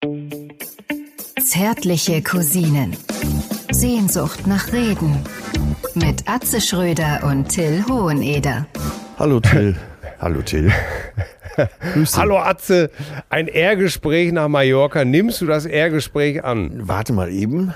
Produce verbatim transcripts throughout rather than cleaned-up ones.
Zärtliche Cousinen. Sehnsucht nach Reden. Mit Atze Schröder und Till Hoheneder. Hallo Till. Hallo Till. Hallo Atze. Ein Ehrgespräch nach Mallorca. Nimmst du das Ehrgespräch an? Warte mal eben.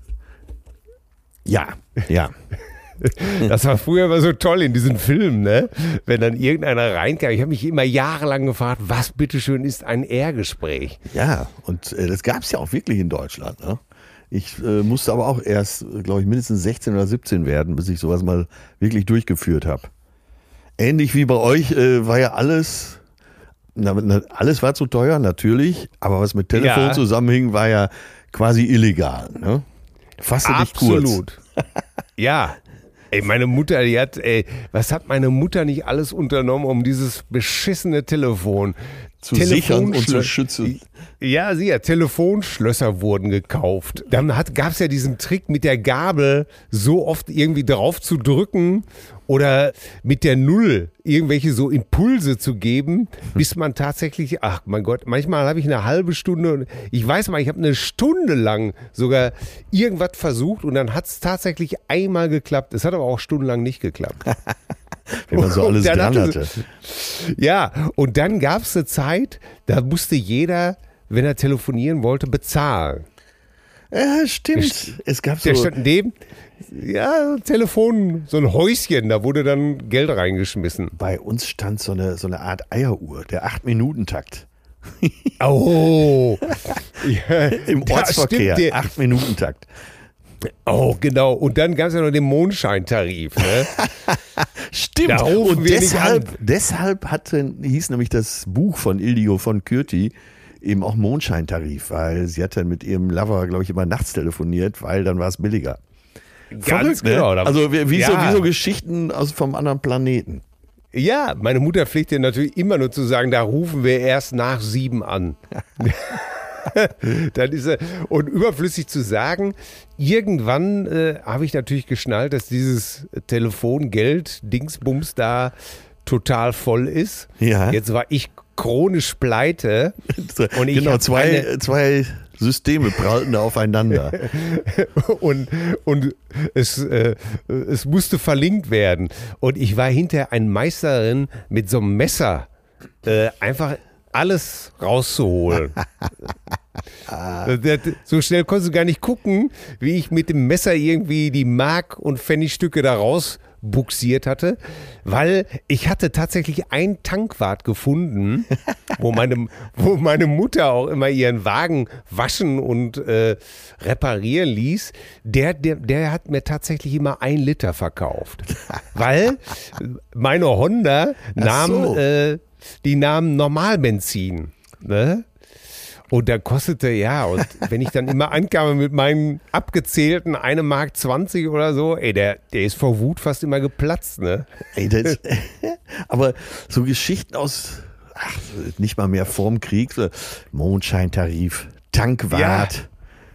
Ja, ja. Das war früher immer so toll in diesen Filmen, ne? Wenn dann irgendeiner reinkam. Ich habe mich immer jahrelang gefragt, was bitteschön ist ein Ehrgespräch? Ja, und äh, das gab es ja auch wirklich in Deutschland. Ne? Ich äh, musste aber auch erst, glaube ich, mindestens sechzehn oder siebzehn werden, bis ich sowas mal wirklich durchgeführt habe. Ähnlich wie bei euch äh, war ja alles, na, na, alles war zu teuer, natürlich, aber was mit Telefon Ja. zusammenhing, war ja quasi illegal. Ne? Fasse dich kurz. Absolut. Ja. Ey, meine Mutter, die hat, ey, was hat meine Mutter nicht alles unternommen, um dieses beschissene Telefon zu sichern und zu schützen. Ja, sie ja, Telefonschlösser wurden gekauft. Dann gab es ja diesen Trick mit der Gabel so oft irgendwie drauf zu drücken oder mit der Null irgendwelche so Impulse zu geben, bis man tatsächlich, ach mein Gott, manchmal habe ich eine halbe Stunde, ich weiß mal, ich habe eine Stunde lang sogar irgendwas versucht und dann hat es tatsächlich einmal geklappt. Es hat aber auch stundenlang nicht geklappt. Wenn man so alles dran hatte. hatte. Ja, und dann gab es eine Zeit, da musste jeder, wenn er telefonieren wollte, bezahlen. Ja, stimmt. Es gab so... Der stand neben, ja, Telefon, so ein Häuschen, da wurde dann Geld reingeschmissen. Bei uns stand so eine, so eine Art Eieruhr, der acht-Minuten-Takt. Oh! Ja, im Ortsverkehr, stimmt, acht-Minuten-Takt. Oh, genau. Und dann gab es ja noch den Mondscheintarif. Ne? Stimmt. Und deshalb, deshalb hatte, hieß nämlich das Buch von Ildiko von Kürti eben auch Mondscheintarif, weil sie hat dann mit ihrem Lover, glaube ich, immer nachts telefoniert, weil dann war es billiger. Ganz Verrückt, genau. Ne? Also wie, wie, ja. so, wie so Geschichten aus vom anderen Planeten. Ja, meine Mutter pflegte natürlich immer nur zu sagen, da rufen wir erst nach sieben an. Dann ist er, und überflüssig zu sagen, irgendwann äh, habe ich natürlich geschnallt, dass dieses Telefongeld, Dingsbums da total voll ist. Ja. Jetzt war ich chronisch pleite. Und ich genau, zwei, eine, zwei Systeme prallten da aufeinander. und und es, äh, es musste verlinkt werden. Und ich war hinterher ein Meisterin mit so einem Messer äh, einfach alles rauszuholen. So schnell konntest du gar nicht gucken, wie ich mit dem Messer irgendwie die Mark- und Pfennigstücke da rausbuxiert hatte, weil ich hatte tatsächlich einen Tankwart gefunden, wo meine, wo meine Mutter auch immer ihren Wagen waschen und äh, reparieren ließ. Der, der, der hat mir tatsächlich immer ein Liter verkauft, weil meine Honda nahm so. äh, die nahmen Normalbenzin, ne? Und da kostete, ja, und wenn ich dann immer ankam mit meinen abgezählten eine Mark zwanzig oder so, ey, der, der ist vor Wut fast immer geplatzt, ne? Ey, das, aber so Geschichten aus, ach, nicht mal mehr vorm Krieg, so Mondscheintarif, Tankwart.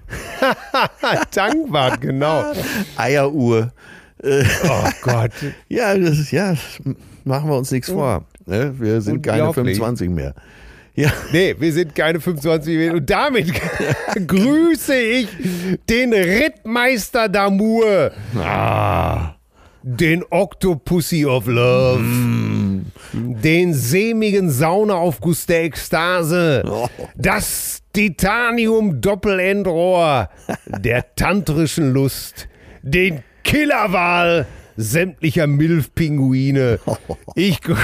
Ja. Tankwart, genau. Eieruhr. Oh Gott. Ja, das ist, ja, machen wir uns nichts vor. Ne? Wir sind keine fünfundzwanzig mehr. Ja. Nee, wir sind keine fünfundzwanzig mehr. Und damit grüße ich den Rittmeister d'Amour. Ah. Den Octopussy of Love. Mm. Den sämigen Saunaaufguss der Ekstase. Oh. Das Titanium-Doppelendrohr der tantrischen Lust. Den Killerwal sämtlicher Milfpinguine. Ich grü-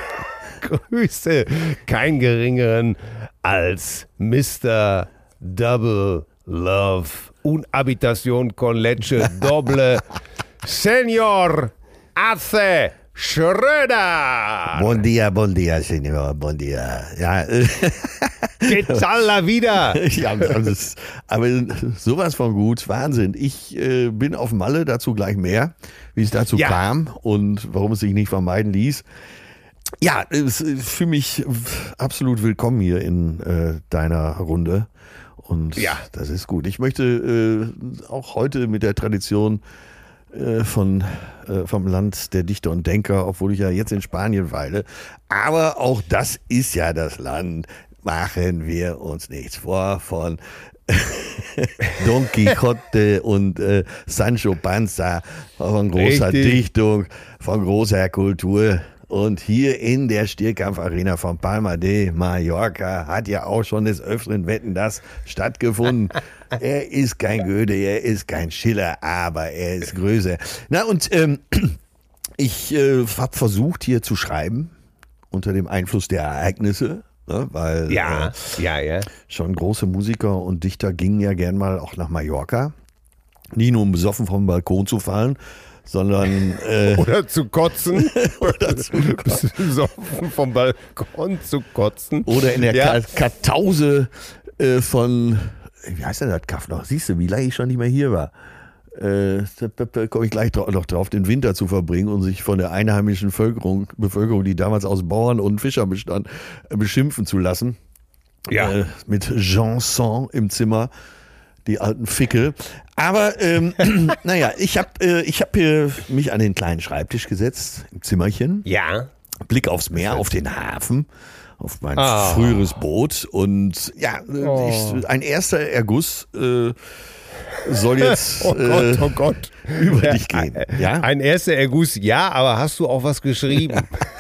grüße keinen geringeren als Mister Double Love. Un habitación con leche doble. Señor Atze Schröder. Bon dia, bon dia, Senor, bon dia. Ja, ¿Qué tal la vida? ja das, aber sowas von gut, Wahnsinn. Ich äh, bin auf Malle, dazu gleich mehr, wie es dazu Ja. kam und warum es sich nicht vermeiden ließ. Ja, ich fühle mich absolut willkommen hier in äh, deiner Runde und Ja. das ist gut. Ich möchte äh, auch heute mit der Tradition äh, von, äh, vom Land der Dichter und Denker, obwohl ich ja jetzt in Spanien weile, aber auch das ist ja das Land, machen wir uns nichts vor, von Don Quixote und äh, Sancho Panza, von großer Richtig. Dichtung, von großer Kultur. Und hier in der Stierkampfarena von Palma de Mallorca hat ja auch schon des Öfteren Wetten, das stattgefunden. Er ist kein Goethe, er ist kein Schiller, aber er ist größer. Na und ähm, ich äh, habe versucht hier zu schreiben unter dem Einfluss der Ereignisse. Ne, weil Ja, äh, ja, ja. schon große Musiker und Dichter gingen ja gern mal auch nach Mallorca. Nie nur um besoffen vom Balkon zu fallen, sondern äh, Oder zu kotzen. oder, zu, Besoffen vom Balkon zu kotzen. oder in der Ja. Ka- Kartause äh, von, wie heißt denn das Kaff noch? Siehst du, wie lange ich schon nicht mehr hier war. Äh, da komme ich gleich dra- noch drauf, den Winter zu verbringen und sich von der einheimischen Bevölkerung, Bevölkerung, die damals aus Bauern und Fischern bestand, äh, beschimpfen zu lassen. Ja. Äh, mit Janson im Zimmer, die alten Fickel. Aber ähm, naja, ich habe äh, ich hab hier mich an den kleinen Schreibtisch gesetzt, im Zimmerchen, Ja. Blick aufs Meer, auf den Hafen, auf mein Ah. früheres Boot und ja, äh, Oh. ich, ein erster Erguss äh, soll jetzt Oh Gott, äh, oh Gott. über dich gehen. Ja? Ein erster Erguss, ja, aber hast du auch was geschrieben?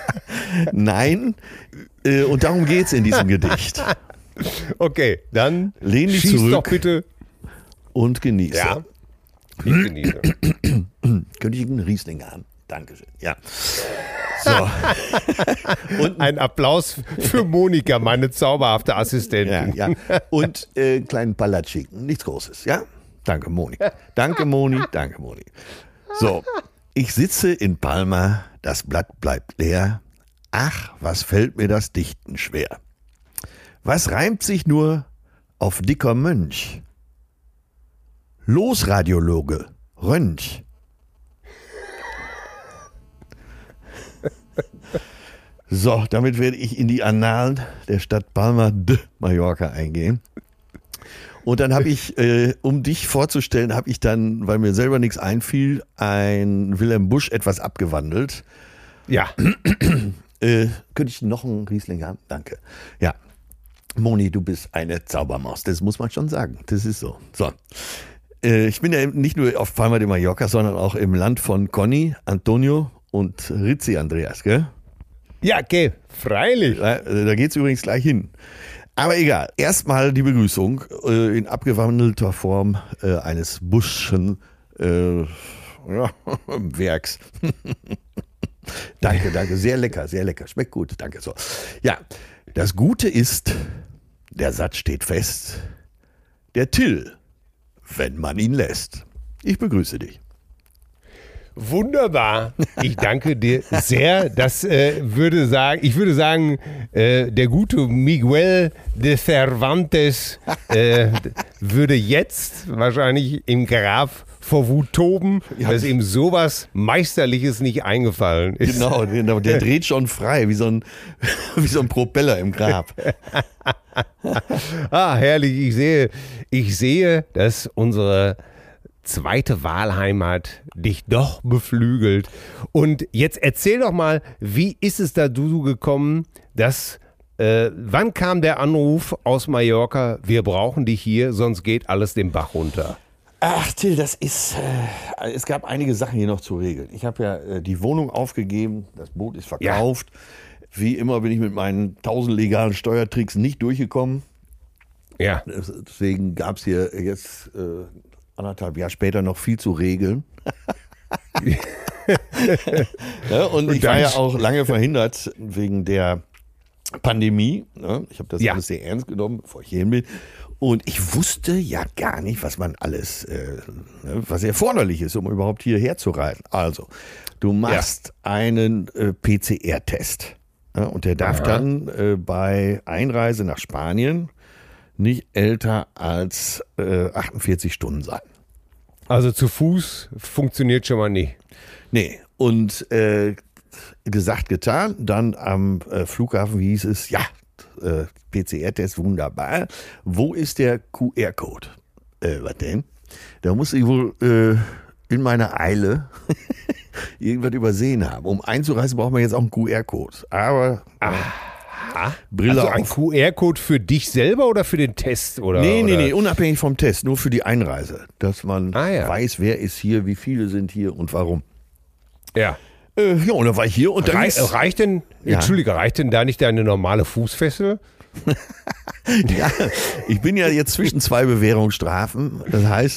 Nein, äh, und darum geht's in diesem Gedicht. Okay, dann Lehn dich schieß zurück. doch bitte. Und genieße. Ja. Ich genieße. Könnte ich einen Riesling haben? Dankeschön. Ja. So. Und Ein Applaus für Monika, meine zauberhafte Ja, Assistentin. ja. Und äh, einen kleinen Palatschinken. Nichts Großes, ja? Danke, Moni. Danke, Moni. Danke, Moni. So, ich sitze in Palma, das Blatt bleibt leer. Ach, was fällt mir das Dichten schwer. Was reimt sich nur auf dicker Mönch? Los, Radiologe, Röntg. So, damit werde ich in die Annalen der Stadt Palma de Mallorca eingehen. Und dann habe ich, äh, um dich vorzustellen, habe ich dann, weil mir selber nichts einfiel, ein Wilhelm Busch etwas abgewandelt. Ja. Äh, könnte ich noch einen Riesling haben? Danke. Ja. Moni, du bist eine Zaubermaus. Das muss man schon sagen. Das ist so. So. Äh, ich bin ja nicht nur auf Palma de Mallorca, sondern auch im Land von Conny, Antonio und Rizzi Andreas, gell? Ja, okay, freilich. Da, da geht's übrigens gleich hin. Aber egal. Erstmal die Begrüßung äh, in abgewandelter Form äh, eines Buschschen äh, ja, Werks. Danke, danke. Sehr lecker, sehr lecker. Schmeckt gut. Danke. So. Ja, das Gute ist, der Satz steht fest. Der Till, wenn man ihn lässt. Ich begrüße dich. Wunderbar. Ich danke dir sehr. Das äh, würde sagen, ich würde sagen, äh, der gute Miguel de Cervantes äh, würde jetzt wahrscheinlich im Grab vor Wut toben, Ja. dass ihm sowas Meisterliches nicht eingefallen ist. Genau, genau, der dreht schon frei, wie so ein, wie so ein Propeller im Grab. Ah, herrlich. Ich sehe, ich sehe, dass unsere zweite Wahlheimat dich doch beflügelt. Und jetzt erzähl doch mal, wie ist es dazu gekommen, dass, äh, wann kam der Anruf aus Mallorca, wir brauchen dich hier, sonst geht alles den Bach runter? Ach, Till, das ist, äh, es gab einige Sachen hier noch zu regeln. Ich habe ja äh, die Wohnung aufgegeben, das Boot ist verkauft. Wie immer bin ich mit meinen tausend legalen Steuertricks nicht durchgekommen. Ja. Deswegen gab es hier jetzt äh, anderthalb Jahre später noch viel zu regeln. Ja, und, Und ich war dann- ja auch lange verhindert wegen der Pandemie. Ne? Ich habe das Ja. alles sehr ernst genommen, bevor ich hierhin bin. Und ich wusste ja gar nicht, was man alles, äh, ne, was erforderlich ist, um überhaupt hierher zu reisen. Also, du machst einen äh, P C R-Test. Ja, und der darf Aha. dann äh, bei Einreise nach Spanien nicht älter als äh, achtundvierzig Stunden sein. Also zu Fuß funktioniert schon mal nicht. Nee, und äh, gesagt, getan, dann am äh, Flughafen hieß es, ja, äh, P C R-Test wunderbar. Wo ist der Q R-Code? Äh, was denn? Da muss ich wohl äh, in meiner Eile irgendwas übersehen haben. Um einzureisen braucht man jetzt auch einen Q R-Code. Aber äh, Aha. Brille also ein auf. Q R-Code für dich selber oder für den Test? Oder, Nee, nee, oder? nee, unabhängig vom Test, nur für die Einreise. Dass man Ah, ja. weiß, wer ist hier, wie viele sind hier und warum. Ja. Äh, ja, und dann war ich hier und dann Rei ist, reicht denn, Ja. Entschuldige, reicht denn da nicht deine normale Fußfessel? ja, ich bin ja jetzt zwischen zwei Bewährungsstrafen. Das heißt,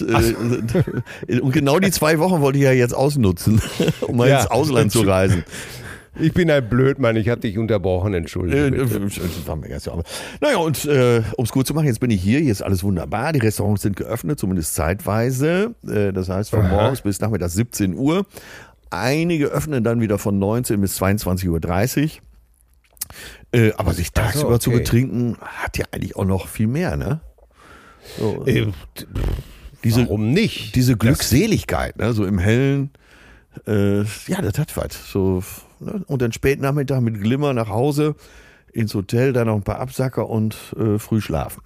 äh, und genau die zwei Wochen wollte ich ja jetzt ausnutzen, um mal Ja. ins Ausland zu reisen. Ich bin ein Blödmann, ich habe dich unterbrochen, Äh, entschuldige. bitte. das war mir ganz ja. aber- Naja, und äh, um es gut zu machen, jetzt bin ich hier, hier ist alles wunderbar. Die Restaurants sind geöffnet, zumindest zeitweise. Äh, das heißt, von Aha. morgens bis nachmittags siebzehn Uhr. Einige öffnen dann wieder von neunzehn bis zweiundzwanzig Uhr dreißig. Äh, aber sich Ach so, tagsüber zu okay. betrinken, hat ja eigentlich auch noch viel mehr, ne? So, Äh, diese, Warum nicht? diese Glückseligkeit, ne? So im Hellen, äh, ja, das hat was. So, ne? Und dann spät Nachmittag mit Glimmer nach Hause, ins Hotel, dann noch ein paar Absacker und äh, früh schlafen.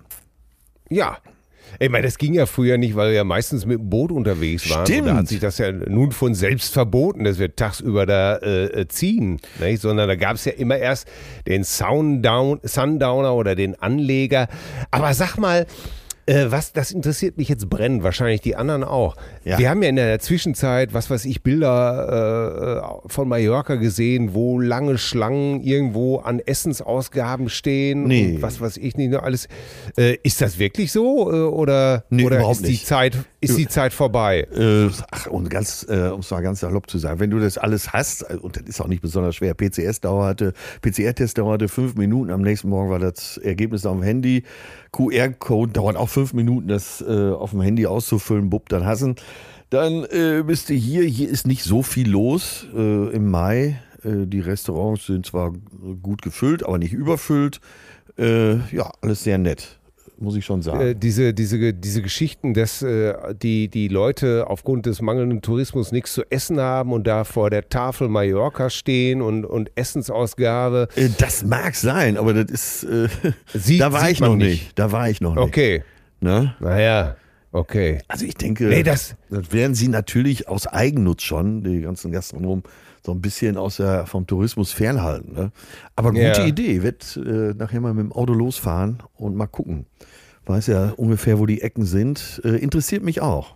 Ja. Ich meine, das ging ja früher nicht, weil wir ja meistens mit dem Boot unterwegs waren. Stimmt. Und da hat sich das ja nun von selbst verboten, dass wir tagsüber da äh, ziehen. Nicht? Sondern da gab es ja immer erst den Sundown, Sundowner oder den Anleger. Aber sag mal, äh, was, das interessiert mich jetzt brennend, wahrscheinlich die anderen auch. Ja. Wir haben ja in der Zwischenzeit, was weiß ich, Bilder äh, von Mallorca gesehen, wo lange Schlangen irgendwo an Essensausgaben stehen. Nee. Und was weiß ich nicht, nur alles. Äh, ist das wirklich so? Äh, oder Nee, oder überhaupt ist, die nicht. Zeit, ist die Zeit vorbei? Äh, ach, und ganz, äh, um es mal ganz salopp zu sagen, wenn du das alles hast, äh, und das ist auch nicht besonders schwer, P C S dauerte, P C R-Test dauerte fünf Minuten, am nächsten Morgen war das Ergebnis auf dem Handy, Q R-Code dauert auch fünf Minuten, das äh, auf dem Handy auszufüllen, bupp, dann hassen. Dann äh, bist du hier, hier ist nicht so viel los äh, im Mai. Äh, die Restaurants sind zwar gut gefüllt, aber nicht überfüllt. Äh, ja, alles sehr nett, muss ich schon sagen. Äh, diese, diese, diese Geschichten, dass äh, die, die Leute aufgrund des mangelnden Tourismus nichts zu essen haben und da vor der Tafel Mallorca stehen und, und Essensausgabe. Äh, das mag sein, aber das ist, äh, Sieht- da war sieht ich man noch nicht. nicht. Da war ich noch nicht. Okay, Ne? naja, okay. Also ich denke, Nee, das- das werden sie natürlich aus Eigennutz schon, die ganzen Gastronomen, so ein bisschen aus der, vom Tourismus fernhalten. Ne? Aber gute Ja. Idee, ich werde äh, nachher mal mit dem Auto losfahren und mal gucken. Weiß ja ungefähr, wo die Ecken sind. Äh, interessiert mich auch.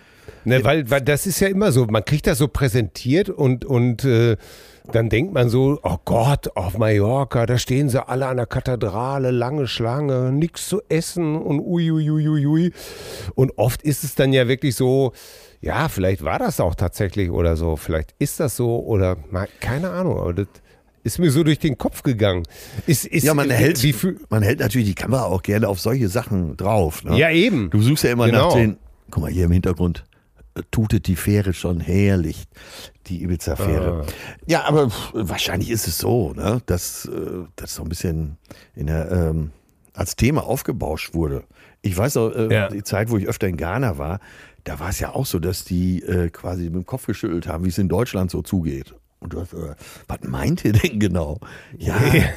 Ne, weil, weil das ist ja immer so, man kriegt das so präsentiert und, und äh, dann denkt man so, oh Gott, auf Mallorca, da stehen sie alle an der Kathedrale, lange Schlange, nichts zu essen und uiuiuiui. Und oft ist es dann ja wirklich so, ja, vielleicht war das auch tatsächlich oder so, vielleicht ist das so oder na, keine Ahnung, aber das ist mir so durch den Kopf gegangen. Ist, ist, Ja, man hält, wie, viel- man hält natürlich die Kamera auch gerne auf solche Sachen drauf. Ne? Ja, eben. Du suchst ja immer Genau. nach den, guck mal hier im Hintergrund, äh, tutet die Fähre schon herrlich, die Ibiza-Fähre. Ah. Ja, aber pff, wahrscheinlich ist es so, ne, dass äh, das so ein bisschen in der, ähm, als Thema aufgebauscht wurde. Ich weiß noch, äh, Ja. die Zeit, wo ich öfter in Ghana war, da war es ja auch so, dass die äh, quasi mit dem Kopf geschüttelt haben, wie es in Deutschland so zugeht. Und du hast, äh, was meint ihr denn genau? Ja,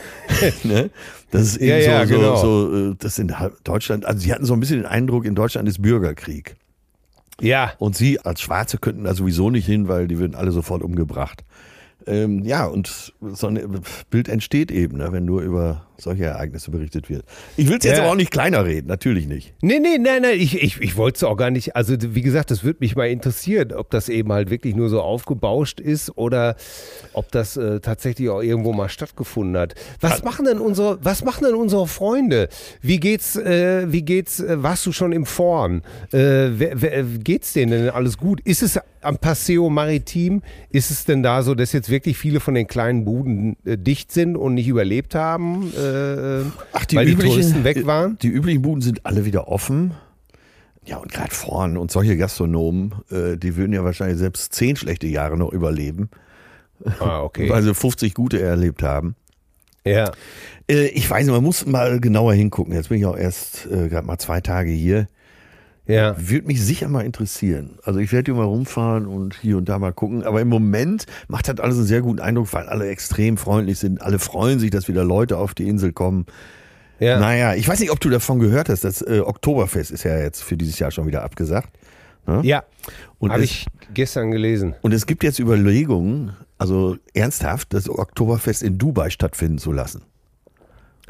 ne? Das ist eben Ja, ja, so, genau. so, so, äh, das in Deutschland, also sie hatten so ein bisschen den Eindruck, in Deutschland ist Bürgerkrieg. Ja, Und sie als Schwarze könnten da sowieso nicht hin, weil die würden alle sofort umgebracht. Ähm, ja, und so ein Bild entsteht eben, ne, wenn nur über solche Ereignisse berichtet wird. Ich will es jetzt Ja. aber auch nicht kleiner reden, natürlich nicht. Nee, nee, nein, nein, ich, ich, ich wollte es auch gar nicht, also wie gesagt, das würde mich mal interessieren, ob das eben halt wirklich nur so aufgebauscht ist oder ob das äh, tatsächlich auch irgendwo mal stattgefunden hat. Was machen denn unsere, was machen denn unsere Freunde? Wie geht's, äh, wie geht's, äh, warst du schon im Foren? Äh, wer, wer, geht's denen denn alles gut? Ist es am Paseo Maritim, ist es denn da so, dass jetzt wirklich viele von den kleinen Buden äh, dicht sind und nicht überlebt haben? Äh, Ach, die weil die üblichen, Touristen weg waren? Die üblichen Buden sind alle wieder offen. Ja, und gerade vorn und solche Gastronomen, äh, die würden ja wahrscheinlich selbst zehn schlechte Jahre noch überleben, Ah, okay. weil sie fünfzig gute erlebt haben. Ja. Äh, ich weiß nicht, man muss mal genauer hingucken. Jetzt bin ich auch erst äh, gerade mal zwei Tage hier. Ja. Würde mich sicher mal interessieren. Also ich werde hier mal rumfahren und hier und da mal gucken. Aber im Moment macht das alles einen sehr guten Eindruck, weil alle extrem freundlich sind. Alle freuen sich, dass wieder Leute auf die Insel kommen. Ja. Naja, ich weiß nicht, ob du davon gehört hast. Das äh, Oktoberfest ist ja jetzt für dieses Jahr schon wieder abgesagt. Ne? Ja. Und Habe es- ich gestern gelesen. Und es gibt jetzt Überlegungen, also ernsthaft, das Oktoberfest in Dubai stattfinden zu lassen.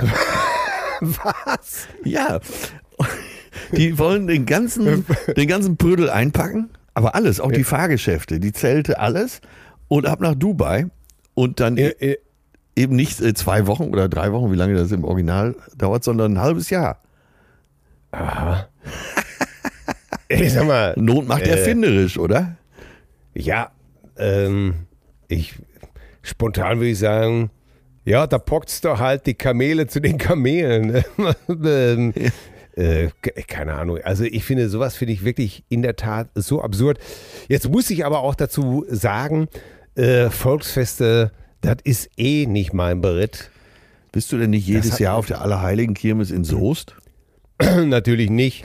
Was? Ja. Die wollen den ganzen, den ganzen Prüdel einpacken, aber alles, auch die Fahrgeschäfte, die Zelte, alles und ab nach Dubai und dann Äh, äh, eben nicht äh, zwei Wochen oder drei Wochen, wie lange das im Original dauert, sondern ein halbes Jahr. Aha. Ich sag mal. Not macht äh, erfinderisch, oder? Ja, ähm, ich, spontan würde ich sagen, ja, da pockt's doch halt die Kamele zu den Kamelen. ähm, äh, keine Ahnung. Also ich finde, sowas finde ich wirklich in der Tat so absurd. Jetzt muss ich aber auch dazu sagen, äh, Volksfeste, das ist eh nicht mein Beritt. Bist du denn nicht jedes hat- Jahr auf der Allerheiligen Kirmes in Soest? Natürlich nicht.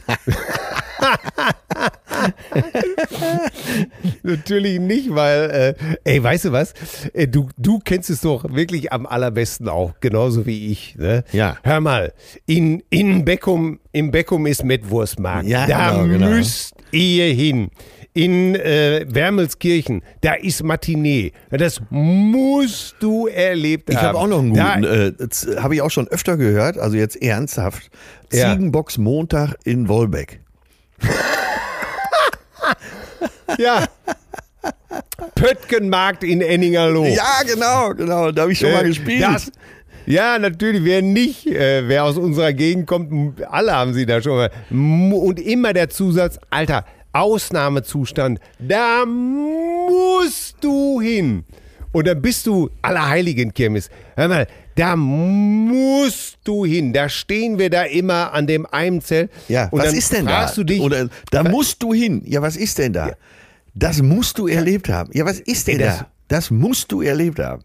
Natürlich nicht, weil, äh, ey, weißt du was? Äh, du, du kennst es doch wirklich am allerbesten auch, genauso wie ich. Ne? Ja. Hör mal, in, in Beckum, im Beckum ist Mettwurstmarkt. Ja, da genau, genau. müsst ihr hin. In äh, Wermelskirchen, da ist Matinee. Das musst du erlebt Ich haben. habe auch noch einen Da- guten, äh, das habe ich auch schon öfter gehört, also jetzt ernsthaft. Ja. Ziegenbox Montag in Wolbeck. Ja. Pöttgenmarkt in Enningerloh. Ja, genau, genau, da habe ich schon mal Äh, gespielt. Das, ja, natürlich, wer nicht, äh, wer aus unserer Gegend kommt, m- alle haben sie da schon mal. M- Und immer der Zusatz, Alter, Ausnahmezustand, da musst du hin. Und dann bist du Allerheiligenkirmes. Hör mal, da musst du hin. Da stehen wir da immer an dem einen Zelt. Ja, und was dann ist denn fragst da? Du dich, Oder da musst du hin. Ja, was ist denn da? Das musst du erlebt haben. Ja, was ist denn Das- da? Das musst du erlebt haben.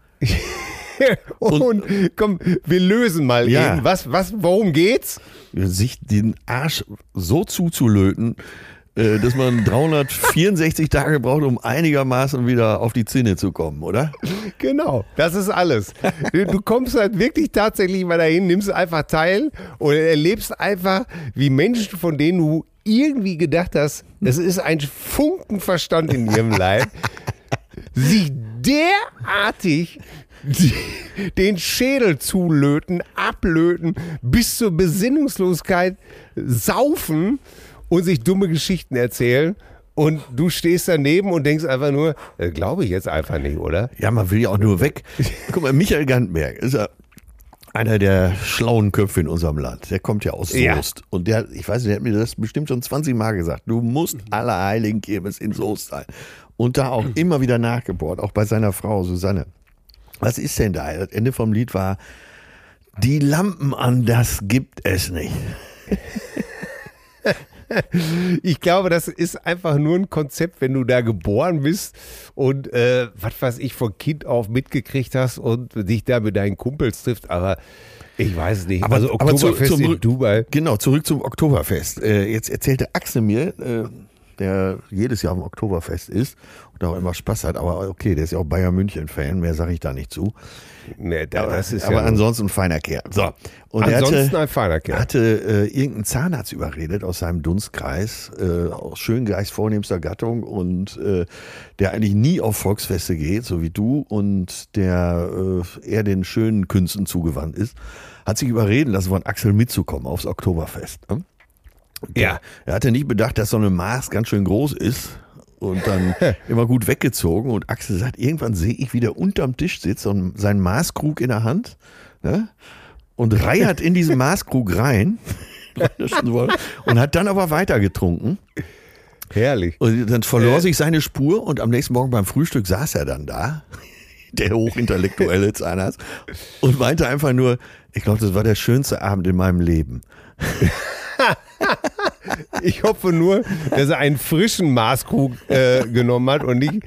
und, komm, wir lösen mal Ja. eben. Was, was, worum geht's? Sich den Arsch so zuzulöten, äh, dass man dreihundertvierundsechzig Tage braucht, um einigermaßen wieder auf die Zinne zu kommen, oder? Genau, das ist alles. Du, du kommst halt wirklich tatsächlich mal dahin, nimmst einfach teil und erlebst einfach, wie Menschen, von denen du irgendwie gedacht hast, es ist ein Funkenverstand in ihrem Leib, sich derartig die, den Schädel zulöten, ablöten, bis zur Besinnungslosigkeit saufen und sich dumme Geschichten erzählen. Und du stehst daneben und denkst einfach nur, äh, glaube ich jetzt einfach nicht, oder? Ja, man will ja auch nur weg. Guck mal, Michael Gantberg ist ja einer der schlauen Köpfe in unserem Land. Der kommt ja aus Ja. Soest. Und der, ich weiß nicht, der hat mir das bestimmt schon zwanzig Mal gesagt. Du musst Allerheiligenkirmes in Soest sein. Und da auch immer wieder nachgebohrt, auch bei seiner Frau Susanne. Was ist denn da? Das Ende vom Lied war, die Lampen an, das gibt es nicht. Ich glaube, das ist einfach nur ein Konzept, wenn du da geboren bist und äh, was weiß ich, von Kind auf mitgekriegt hast und dich da mit deinen Kumpels trifft, aber ich weiß es nicht. Aber- also aber zu- Oktoberfest zum- in Dubai. Genau, zurück zum Oktoberfest. Äh, jetzt erzählte Axel mir, äh, der jedes Jahr am Oktoberfest ist und auch immer Spaß hat, aber okay, der ist ja auch Bayern München-Fan, mehr sage ich da nicht zu. Nee, da- das ist aber ja ansonsten ein feiner Kerl. So. Und er ansonsten hatte, ein feiner Kerl. hatte äh, irgendeinen Zahnarzt überredet aus seinem Dunstkreis, äh, aus Schöngeist vornehmster Gattung und äh, der eigentlich nie auf Volksfeste geht, so wie du, und der äh, eher den schönen Künsten zugewandt ist, hat sich überreden lassen, von Axel mitzukommen aufs Oktoberfest. Ne? Ja. Er hatte nicht bedacht, dass so eine Maß ganz schön groß ist und dann immer gut weggezogen. Und Axel sagt, irgendwann sehe ich, wie der unterm Tisch sitzt und seinen Maßkrug in der Hand, ne? Und reiert in diesen Maßkrug rein und hat dann aber weiter getrunken. Herrlich. Und dann verlor Äh. sich seine Spur und am nächsten Morgen beim Frühstück saß er dann da, der hochintellektuelle Zahnarzt, und meinte einfach nur, ich glaube, das war der schönste Abend in meinem Leben. Ich hoffe nur, dass er einen frischen Maßkrug äh, genommen hat und nicht.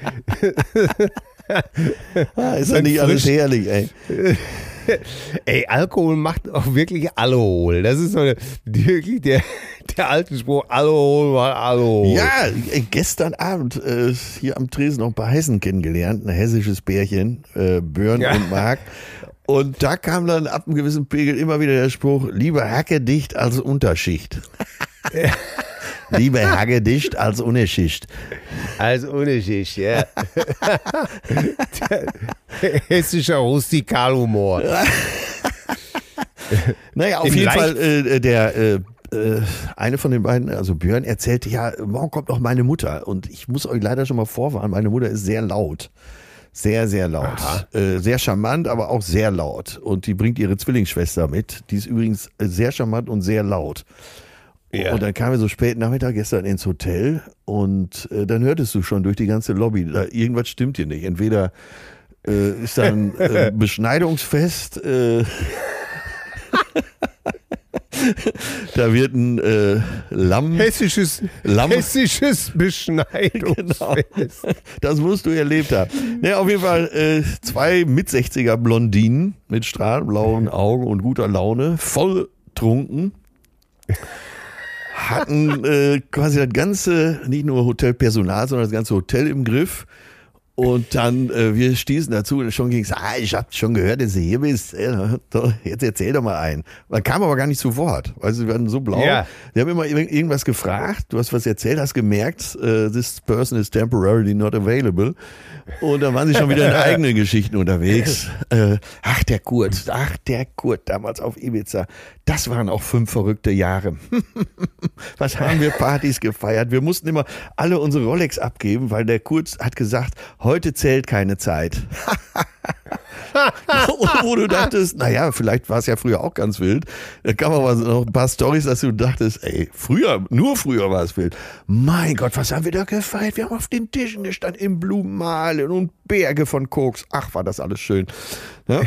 Ah, ist ja Ein nicht alles frisch- herrlich, ey. Ey, Alkohol macht auch wirklich alle hohl. Das ist so eine, wirklich der, der alte Spruch, alle hohl mal alle hohl. Ja, äh, gestern Abend äh, hier am Tresen noch ein paar Hessen kennengelernt, ein hessisches Pärchen, äh, Björn Ja. und Marc. Und da kam dann ab einem gewissen Pegel immer wieder der Spruch, lieber hackedicht als Unterschicht. Lieber hackedicht als Unterschicht. Als Unterschicht, ja. Hessischer Rustikalhumor. Naja, auf In jeden leicht- Fall, äh, der äh, äh, eine von den beiden, also Björn, erzählte, ja, morgen kommt noch meine Mutter. Und ich muss euch leider schon mal vorwarnen, meine Mutter ist sehr laut. Sehr, sehr laut. Äh, sehr charmant, aber auch sehr laut. Und die bringt ihre Zwillingsschwester mit. Die ist übrigens sehr charmant und sehr laut. Ja. Und dann kamen wir so spät Nachmittag gestern ins Hotel und äh, dann hörtest du schon durch die ganze Lobby, da, irgendwas stimmt hier nicht. Entweder äh, ist da ein äh, Beschneidungsfest, äh, da wird ein äh, Lamm, Hessisches, Lamm, hessisches Beschneidungsfest. das musst du erlebt haben. Naja, auf jeden Fall äh, zwei Mit-sechziger Blondinen mit strahlblauen Augen und guter Laune, voll trunken. Hatten äh, quasi das ganze, nicht nur Hotelpersonal, sondern das ganze Hotel im Griff. Und dann, äh, wir stießen dazu und schon ging es, ah, ich hab schon gehört, dass du hier bist. Äh, doch, jetzt erzähl doch mal ein. Man kam aber gar nicht zu Wort, weil sie werden so blau. Ja. Die haben immer ir- irgendwas gefragt, du hast was erzählt, hast gemerkt, äh, this person is temporarily not available. Und dann waren sie schon wieder in eigenen Geschichten unterwegs. Äh, ach, der Kurt, ach, der Kurt, damals auf Ibiza. Das waren auch fünf verrückte Jahre. Was haben wir Partys gefeiert? Wir mussten immer alle unsere Rolex abgeben, weil der Kurt hat gesagt, heute zählt keine Zeit. Wo du dachtest, naja, vielleicht war es ja früher auch ganz wild. Da kam aber noch ein paar Storys, dass du dachtest, ey, früher, nur früher war es wild. Mein Gott, was haben wir da gefeiert? Wir haben auf den Tischen gestanden im Blumenmalen und Berge von Koks. Ach, war das alles schön. Ja?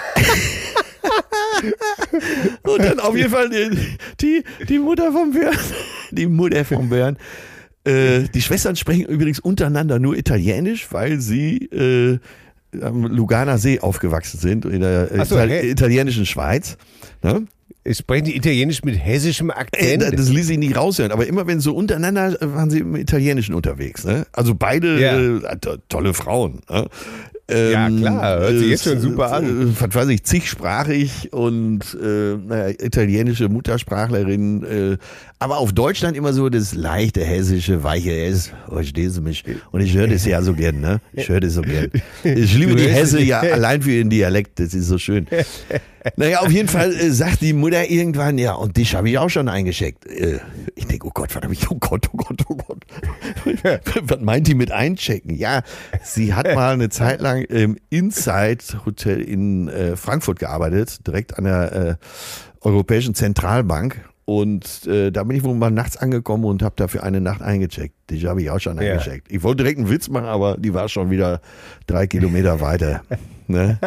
Und dann auf jeden Fall die, die, die Mutter von Björn, die Mutter von Björn. Äh, die Schwestern sprechen übrigens untereinander nur Italienisch, weil sie äh, am Luganer See aufgewachsen sind, in der Ach so, Ital hä? italienischen Schweiz. Ne? Sprechen die Italienisch mit hessischem Äh, Akzent? das ließ sich nicht raushören, aber immer wenn so untereinander äh, waren sie im Italienischen unterwegs. Ne? Also beide Ja. äh, to tolle Frauen. Ne? Ja, klar, hört sich jetzt schon super an. Äh, was weiß ich, zigsprachig und äh, naja, italienische Muttersprachlerin, äh, aber auf Deutschland immer so das leichte hessische, weiche S. Verstehen Sie mich? Und ich höre das ja so gern, ne? Ich höre das so gern. Ich liebe die Hesse ja allein für ihren Dialekt, das ist so schön. Naja, auf jeden Fall äh, sagt die Mutter irgendwann, ja, und dich habe ich auch schon eingeschickt. Äh, ich denke, oh Gott, was habe ich, oh Gott, oh Gott, oh Gott. Was meint die mit einchecken? Ja, sie hat mal eine Zeit lang im Inside Hotel in äh, Frankfurt gearbeitet, direkt an der äh, Europäischen Zentralbank. Und äh, da bin ich wohl mal nachts angekommen und habe dafür eine Nacht eingecheckt. Die habe ich auch schon Ja. eingecheckt. Ich wollte direkt einen Witz machen, aber die war schon wieder drei Kilometer weiter. Ne?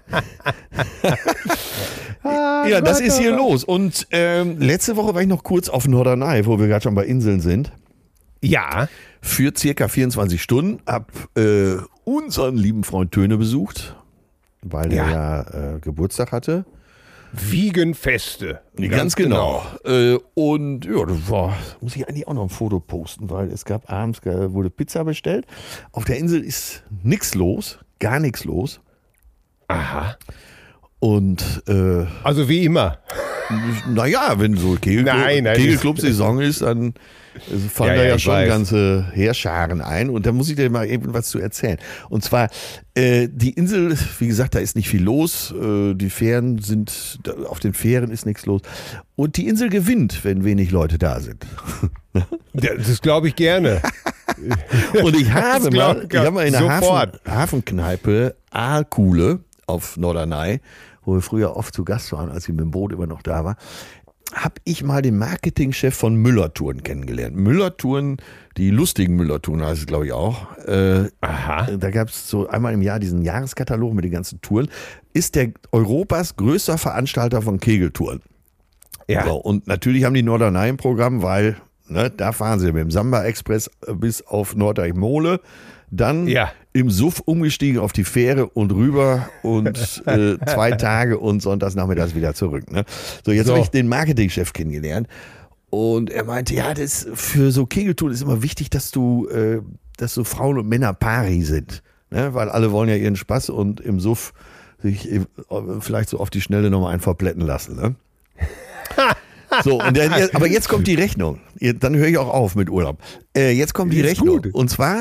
Ja, das ist hier los. Und ähm, letzte Woche war ich noch kurz auf Norderney, wo wir gerade schon bei Inseln sind. Ja. Für circa vierundzwanzig Stunden. Hab äh, unseren lieben Freund Töne besucht, weil Ja. er ja äh, Geburtstag hatte. Wiegenfeste. Ganz, genau. Äh, und ja, das war, muss ich eigentlich auch noch ein Foto posten, weil es gab abends, äh, wurde Pizza bestellt. Auf der Insel ist nichts los, gar nichts los. Aha. Und äh, Also wie immer. naja, wenn so Kegelclub, Nein, nein, Kegelclub-Saison ist, dann äh, fallen Ja, da ja, ja ich schon weiß. ganze Heerscharen ein. Und da muss ich dir mal eben was zu erzählen. Und zwar, äh, die Insel, wie gesagt, da ist nicht viel los. Äh, die Fähren sind, da, auf den Fähren ist nichts los. Und die Insel gewinnt, wenn wenig Leute da sind. Ja, das glaube ich gerne. Und ich habe Das glaub mal, ich ich habe mal in der Hafen, sofort. Hafenkneipe Aalkuhle auf Norderney, wo wir früher oft zu Gast waren, als ich mit dem Boot immer noch da war, habe ich mal den Marketingchef von Müller-Touren kennengelernt. Müller-Touren, die lustigen Müller-Touren heißt es, glaube ich, auch. Äh, Aha. Da gab es so einmal im Jahr diesen Jahreskatalog mit den ganzen Touren. Ist der Europas größter Veranstalter von Kegeltouren. Ja. So, und natürlich haben die Norderney im Programm, weil ne, da fahren sie mit dem Samba Express bis auf Norddeich-Mole, dann Ja. im Suff umgestiegen auf die Fähre und rüber und äh, zwei Tage und sonntags nachmittags wieder zurück. Ne? So, jetzt So. habe ich den Marketingchef kennengelernt und er meinte, ja, das für so Kegeltouren ist immer wichtig, dass du, äh, dass so Frauen und Männer pari sind, ne? Weil alle wollen ja ihren Spaß und im Suff sich äh, vielleicht so auf die Schnelle nochmal einen verplätten lassen. Ne? So, und der, aber jetzt kommt die Rechnung. Dann höre ich auch auf mit Urlaub. Äh, jetzt kommt die Ist Rechnung. gut. Und zwar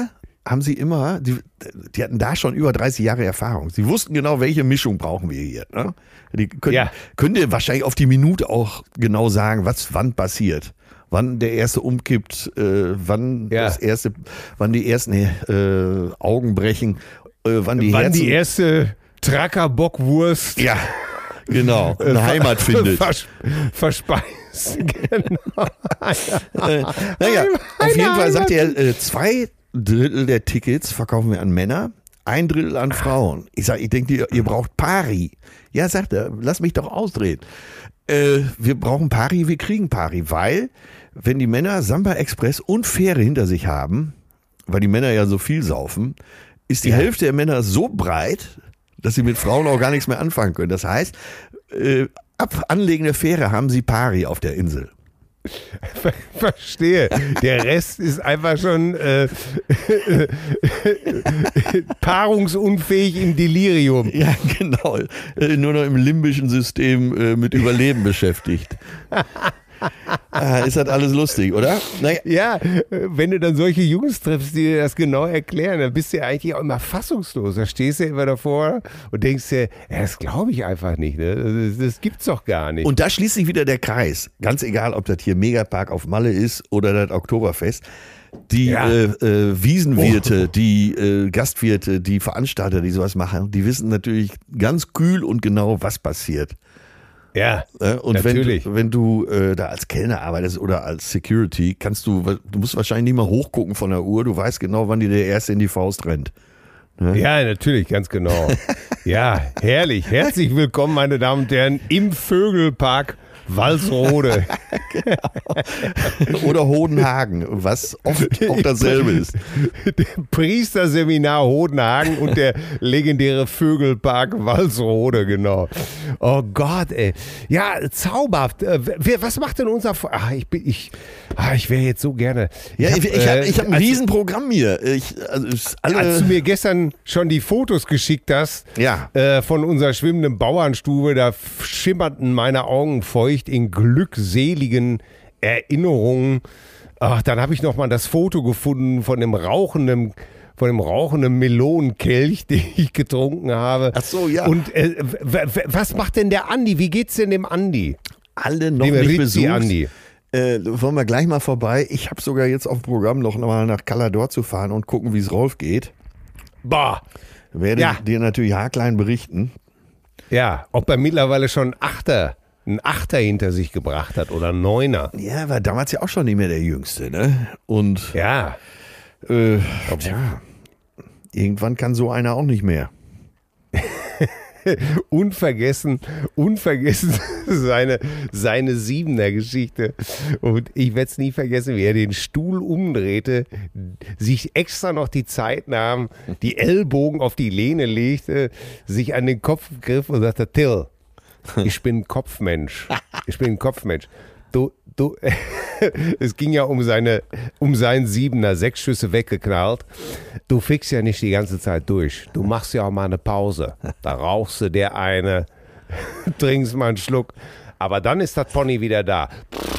haben sie immer, die, die hatten da schon über dreißig Jahre Erfahrung. Sie wussten genau, welche Mischung brauchen wir hier. Ne? Die können, Ja. können dir wahrscheinlich auf die Minute auch genau sagen, was wann passiert. Wann der erste umkippt, äh, wann Ja. das erste, wann die ersten äh, Augen brechen, äh, wann die Wann Herzen, die erste Tracker-Bockwurst ja, genau, eine Heimat findet. vers verspeist. Genau. Äh, naja, auf jeden Fall sagt er, äh, zwei Drittel der Tickets verkaufen wir an Männer, ein Drittel an Frauen. Ich sage, ich denke, ihr, ihr braucht Pari. Ja, sagt er, lass mich doch ausdrehen. Äh, wir brauchen Pari, wir kriegen Pari, weil wenn die Männer Samba Express und Fähre hinter sich haben, weil die Männer ja so viel saufen, ist die Ja. Hälfte der Männer so breit, dass sie mit Frauen auch gar nichts mehr anfangen können. Das heißt, äh, ab Anlegen der Fähre haben sie Pari auf der Insel. Ver Verstehe. Der Rest ist einfach schon äh, paarungsunfähig im Delirium. Ja, genau. Äh, nur noch im limbischen System äh, mit Überleben beschäftigt. Ah, ist das alles lustig, oder? Naja, Ja, äh, wenn du dann solche Jungs triffst, die dir das genau erklären, dann bist du ja eigentlich auch immer fassungslos. Da stehst du immer davor und denkst dir, ja, das glaube ich einfach nicht. Ne? Das, das gibt's doch gar nicht. und da schließt sich wieder der Kreis. Ganz egal, ob das hier Megapark auf Malle ist oder das Oktoberfest. Die Ja. äh, äh, Wiesenwirte, die äh, Gastwirte, die Veranstalter, die sowas machen, die wissen natürlich ganz kühl und genau, was passiert. ja, Äh, Und wenn, natürlich. du- wenn du äh, da als Kellner arbeitest oder als Security, kannst du, du musst wahrscheinlich nicht mal hochgucken von der Uhr, du weißt genau, wann dir der Erste in die Faust rennt. Ja, natürlich, ganz genau. Ja, herrlich. Herzlich willkommen, meine Damen und Herren, im Vögelpark Walsrode. Oder Hodenhagen, was oft auch dasselbe ist. Der Priesterseminar Hodenhagen und der legendäre Vögelpark Walsrode, genau. Oh Gott, ey. Ja, zauberhaft. Äh, wer- Was macht denn unser... Vo- Ach, ich bin... Ich, ah, ich wäre jetzt so gerne... Ja, ich, ich habe äh, ich hab ein als- Riesenprogramm hier. Ich, also ist alle, Als du mir gestern schon die Fotos geschickt hast Ja. äh, von unserer schwimmenden Bauernstube, da schimmerten meine Augen feucht in glückseligen Erinnerungen. Ach, dann habe ich noch mal das Foto gefunden von dem rauchenden, von dem rauchenden Melonenkelch, den ich getrunken habe. Ach so, ja. Und äh, w- w- was macht denn der Andi? Wie geht's denn dem Andi? alle noch Dem nicht Rizzi besucht. Andi. Äh, wollen wir gleich mal vorbei. Ich habe sogar jetzt auf dem Programm noch mal nach Calador zu fahren und gucken, wie es Rolf geht. Bah. Werde Ja. dir natürlich haarklein berichten. Ja, ob er mittlerweile schon Achter, einen Achter hinter sich gebracht hat oder einen Neuner. Ja, war damals ja auch schon nicht mehr der Jüngste, ne? Und Ja. äh, tja, irgendwann kann so einer auch nicht mehr. Unvergessen, unvergessen seine, seine Siebener-Geschichte. Und ich werde es nie vergessen, wie er den Stuhl umdrehte, sich extra noch die Zeit nahm, die Ellbogen auf die Lehne legte, sich an den Kopf griff und sagte, Till, ich bin ein Kopfmensch. Ich bin ein Kopfmensch. Du, du, es ging ja um seine, um seinen Siebener, sechs Schüsse weggeknallt. Du fickst ja nicht die ganze Zeit durch. Du machst ja auch mal eine Pause. Da rauchst du dir eine, trinkst mal einen Schluck. Aber dann ist das Pony wieder da.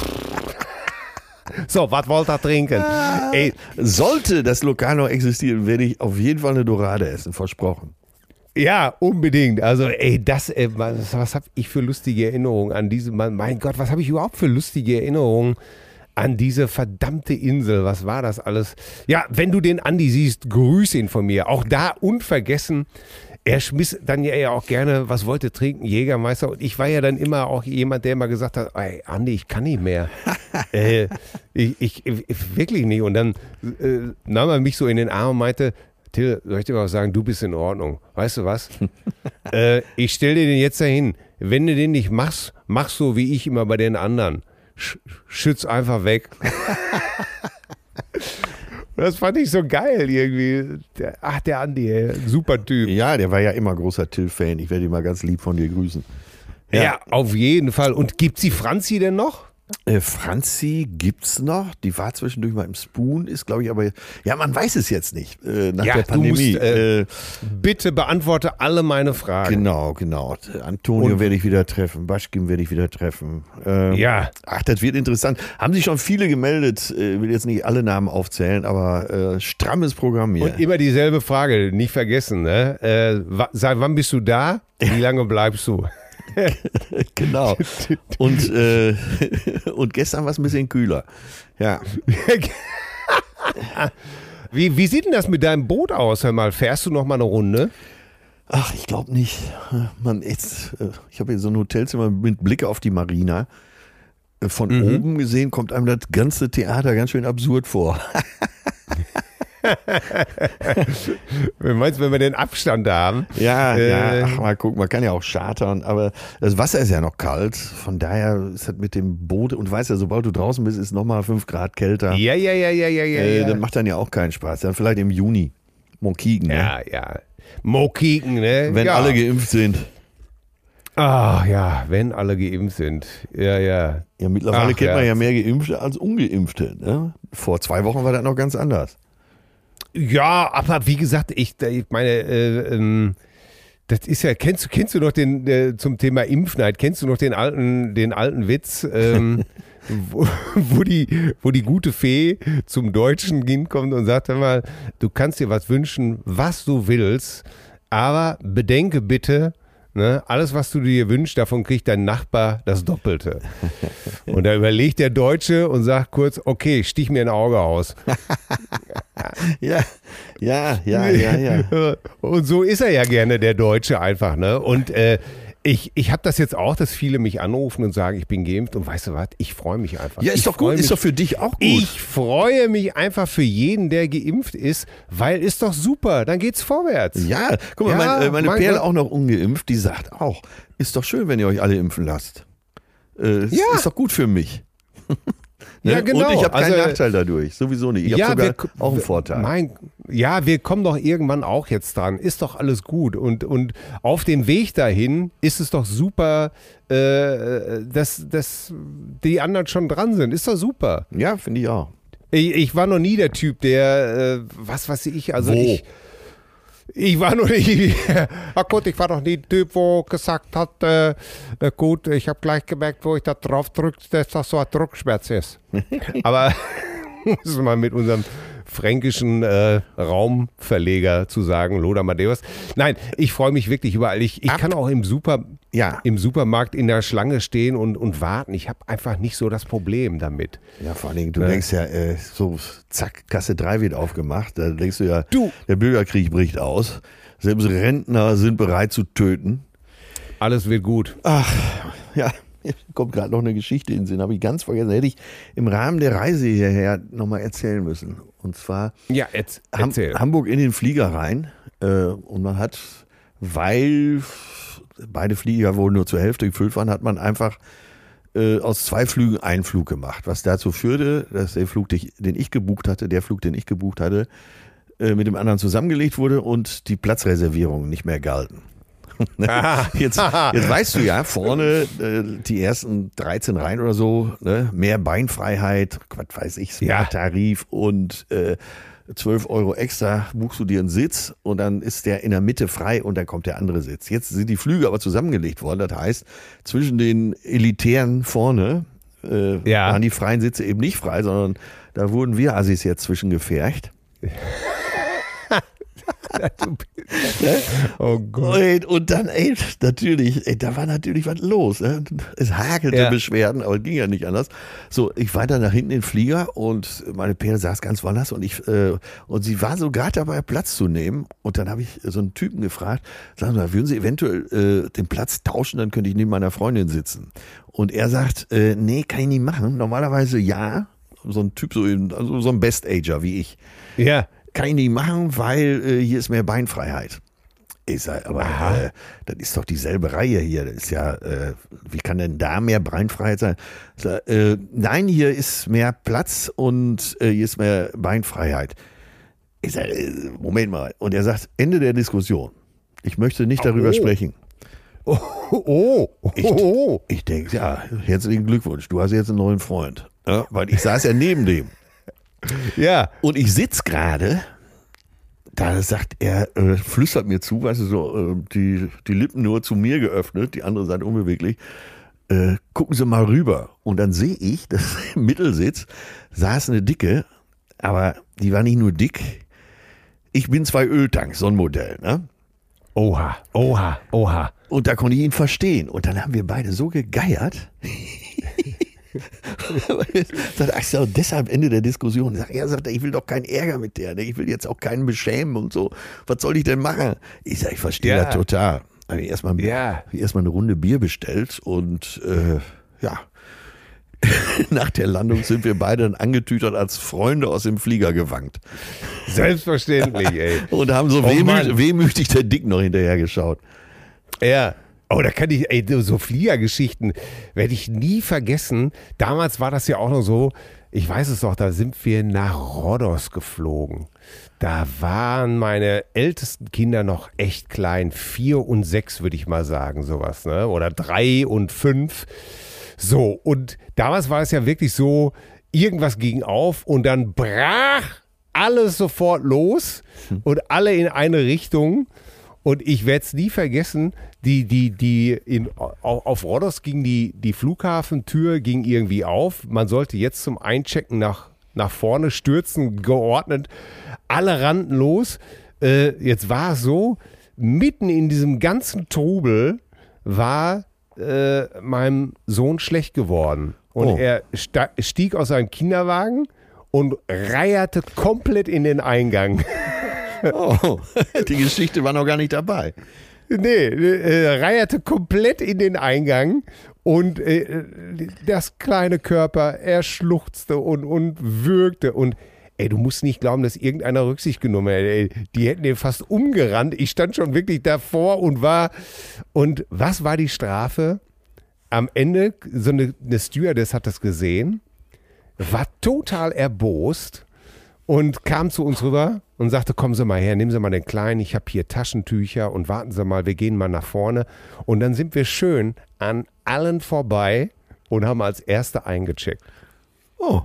So, was wollt ihr trinken? Ey, Sollte das Lokal noch existieren, werde ich auf jeden Fall eine Dorade essen, versprochen. ja, unbedingt. Also, ey, das, ey, was, was habe ich für lustige Erinnerungen an diese, mein, mein Gott, was habe ich überhaupt für lustige Erinnerungen an diese verdammte Insel? Was war das alles? Ja, wenn du den Andi siehst, grüß ihn von mir. Auch da unvergessen. Er schmiss dann ja auch gerne, was wollte trinken, Jägermeister. Und ich war ja dann immer auch jemand, der immer gesagt hat, ey, Andi, ich kann nicht mehr. äh, ich, ich, ich, wirklich nicht. Und dann äh, nahm er mich so in den Arm und meinte, Till, soll ich dir was sagen, du bist in Ordnung. Weißt du was? äh, ich stell dir den jetzt dahin. Wenn du den nicht machst, mach so wie ich immer bei den anderen. Sch schütz einfach weg. Das fand ich so geil irgendwie. Der, ach, der Andi, ey, super Typ. Ja, der war ja immer großer Till-Fan. Ich werde ihn mal ganz lieb von dir grüßen. Ja. ja, auf jeden Fall. Und gibt's die Franzi denn noch? Äh, Franzi gibt's noch. Die war zwischendurch mal im Spoon, ist glaube ich aber, ja, man weiß es jetzt nicht äh, nach Ja, der Pandemie. du musst, äh, äh, Bitte beantworte alle meine Fragen. genau, genau. Antonio Und- werde ich wieder treffen, Baschkim werde ich wieder treffen. Äh, Ja. Ach, das wird interessant. Haben sich schon viele gemeldet, äh, will jetzt nicht alle Namen aufzählen, aber äh, strammes Programm hier. Und immer dieselbe Frage, nicht vergessen. Ne? Äh, wa- seit wann bist du da? Wie lange bleibst du? Genau. Und, äh, und gestern war es ein bisschen kühler. Ja. Wie, wie sieht denn das mit deinem Boot aus? Hör mal, fährst du noch mal eine Runde? Ach, ich glaube nicht. Man, jetzt, äh, ich habe hier so ein Hotelzimmer mit Blick auf die Marina. Äh, Von Mhm. oben gesehen kommt einem das ganze Theater ganz schön absurd vor. Wie meinst du, wenn wir den Abstand da haben? Ja, Äh, ja, ach, mal gucken, man kann ja auch chartern, aber das Wasser ist ja noch kalt. Von daher ist das mit dem Boot, und du weißt ja, sobald du draußen bist, ist es nochmal fünf Grad kälter. Ja, ja, ja, ja, ja, ja. Äh, ja. Das macht dann ja auch keinen Spaß. Dann vielleicht im Juni. Monkigen, ne? Ja, ja. Mokiken, ne? Wenn ja. alle geimpft sind. Ah, ja, wenn alle geimpft sind. Ja, ja. Ja, mittlerweile Ach, kennt man ja. ja mehr Geimpfte als Ungeimpfte. Ne? Vor zwei Wochen war das noch ganz anders. Ja, aber wie gesagt, ich, ich meine, äh, ähm, das ist ja, kennst du, kennst du noch den, äh, zum Thema Impfneid, kennst du noch den alten, den alten Witz, ähm, wo, wo, die, wo die gute Fee zum deutschen Kind kommt und sagt, hör mal, du kannst dir was wünschen, was du willst, aber bedenke bitte, ne, alles, was du dir wünschst, davon kriegt dein Nachbar das Doppelte. Und da überlegt der Deutsche und sagt kurz, okay, stich mir ein Auge aus. Ja, ja, ja, ja, ja. Und so ist er ja gerne, der Deutsche einfach, ne? Und äh, ich, ich habe das jetzt auch, dass viele mich anrufen und sagen, ich bin geimpft und weißt du was, ich freue mich einfach. Ja, ist ich doch freu gut, mich, ist doch für dich auch gut. Ich freue mich einfach für jeden, der geimpft ist, weil ist doch super, dann geht's vorwärts. Ja, guck mal, Ja, mein, äh, meine mein Perle Gott. auch noch ungeimpft, die sagt auch, ist doch schön, wenn ihr euch alle impfen lasst. Äh, Ja. Ist doch gut für mich. Ne? Ja, genau. Und ich habe keinen Also, Nachteil dadurch, sowieso nicht. Ich habe sogar wir- auch einen Vorteil. Mein, ja, wir kommen doch irgendwann auch jetzt dran. Ist doch alles gut. Und, und auf dem Weg dahin ist es doch super, äh, dass, dass die anderen schon dran sind. Ist doch super. Ja, finde ich auch. Ich, ich war noch nie der Typ, der, äh, was weiß ich, also Wo? ich. Ich war noch nie, ah gut, ich war noch nie der Typ, wo gesagt hat, äh, äh, gut, ich habe gleich gemerkt, wo ich da drauf drücke, dass das so ein Druckschmerz ist. Aber muss mal mit unserem fränkischen äh, Raumverleger zu sagen, Lothar Matthäus. Nein, ich freue mich wirklich überall. Ich, ich Ab- kann auch im, Super, Ja. im Supermarkt in der Schlange stehen und, und warten. Ich habe einfach nicht so das Problem damit. Ja, vor allen Dingen, du Ne? denkst ja, äh, so zack, Kasse drei wird aufgemacht, da denkst du ja, Du. der Bürgerkrieg bricht aus. Selbst Rentner sind bereit zu töten. Alles wird gut. Ach, ja, mir kommt gerade noch eine Geschichte in den Sinn, habe ich ganz vergessen. Hätte ich im Rahmen der Reise hierher nochmal erzählen müssen. Und zwar Ja, jetzt Ham erzähl. Hamburg in den Flieger rein. Äh, und man hat, weil beide Flieger wohl nur zur Hälfte gefüllt waren, hat man einfach äh, aus zwei Flügen einen Flug gemacht. Was dazu führte, dass der Flug, den ich gebucht hatte, der Flug, den ich gebucht hatte, äh, mit dem anderen zusammengelegt wurde und die Platzreservierungen nicht mehr galten. Jetzt, jetzt weißt du ja, vorne äh, die ersten dreizehn Reihen oder so, ne, mehr Beinfreiheit, was weiß ich, Ja. Tarif und äh, zwölf Euro extra, buchst du dir einen Sitz und dann ist der in der Mitte frei und dann kommt der andere Sitz. Jetzt sind die Flüge aber zusammengelegt worden, das heißt, zwischen den Elitären vorne äh, Ja. waren die freien Sitze eben nicht frei, sondern da wurden wir Assis jetzt zwischengefercht. Oh Gott. Und, und dann, ey, natürlich, ey, da war natürlich was los. Ne? Es hakelte Ja. Beschwerden, aber es ging ja nicht anders. So, ich weiter nach hinten in den Flieger und meine Perle saß ganz woanders und ich, äh, und sie war so gerade dabei, Platz zu nehmen. Und dann habe ich so einen Typen gefragt, sagen Sie mal, würden Sie eventuell äh, den Platz tauschen, dann könnte ich neben meiner Freundin sitzen. Und er sagt, äh, nee, kann ich nicht machen. Normalerweise ja. So ein Typ, so, in, also so ein Best-Ager wie ich. Ja. Kann ich nicht machen, weil äh, hier ist mehr Beinfreiheit. Ich sag, aber äh, das ist doch dieselbe Reihe hier. Das ist ja, äh, wie kann denn da mehr Beinfreiheit sein? Ich sag, äh, nein, hier ist mehr Platz und äh, hier ist mehr Beinfreiheit. Ich sage, äh, Moment mal. Und er sagt, Ende der Diskussion. Ich möchte nicht darüber Oh. sprechen. Oh, oh, oh. Ich, ich denke, ja, herzlichen Glückwunsch, du hast jetzt einen neuen Freund. Ja, weil ich saß ja neben dem. Ja. Und ich sitze gerade, da sagt er, äh, flüstert mir zu, weißt du, so äh, die, die Lippen nur zu mir geöffnet, die andere Seite unbeweglich. Äh, gucken Sie mal rüber. Und dann sehe ich, dass im Mittelsitz saß eine Dicke, aber die war nicht nur dick. Ich bin zwei Öltanks, so ein Modell, ne? Oha, oha, oha. Und da konnte ich ihn verstehen. Und dann haben wir beide so gegeiert. Sagt Axel, deshalb Ende der Diskussion. Er sagt, ich will doch keinen Ärger mit der. Ich will jetzt auch keinen beschämen und so. Was soll ich denn machen? Ich sage, ich verstehe Ja. das total. Habe ich erstmal Ja. erstmal eine Runde Bier bestellt und äh, ja. Nach der Landung sind wir beide dann angetütert als Freunde aus dem Flieger gewankt. Selbstverständlich, ey. Und haben so Oh wehmütig, Mann. wehmütig der Dick noch hinterher geschaut. Ja. Oh, da kann ich, ey, so Fliegergeschichten werde ich nie vergessen. Damals war das ja auch noch so, ich weiß es doch, da sind wir nach Rhodos geflogen. Da waren meine ältesten Kinder noch echt klein, vier und sechs würde ich mal sagen, sowas, ne? Oder drei und fünf. So, und damals war es ja wirklich so, irgendwas ging auf und dann brach alles sofort los und alle in eine Richtung. Und ich werde es nie vergessen, die, die, die in, auf, auf Rhodos ging die, die Flughafentür ging irgendwie auf. Man sollte jetzt zum Einchecken nach, nach vorne stürzen, geordnet. Alle rannten los. Äh, jetzt war es so, mitten in diesem ganzen Trubel war äh, meinem Sohn schlecht geworden. Und Oh. er sta- stieg aus seinem Kinderwagen und reierte komplett in den Eingang. Oh, die Geschichte war noch gar nicht dabei. Nee, äh, reierte komplett in den Eingang und äh, das kleine Körper, er schluchzte und, und würgte und ey, du musst nicht glauben, dass irgendeiner Rücksicht genommen hätte. Ey, die hätten den fast umgerannt. Ich stand schon wirklich davor und war und was war die Strafe? Am Ende, so eine, eine Stewardess hat das gesehen, war total erbost und kam zu uns rüber und sagte, kommen Sie mal her, nehmen Sie mal den Kleinen, ich habe hier Taschentücher und warten Sie mal, wir gehen mal nach vorne. Und dann sind wir schön an allen vorbei und haben als Erste eingecheckt. Oh,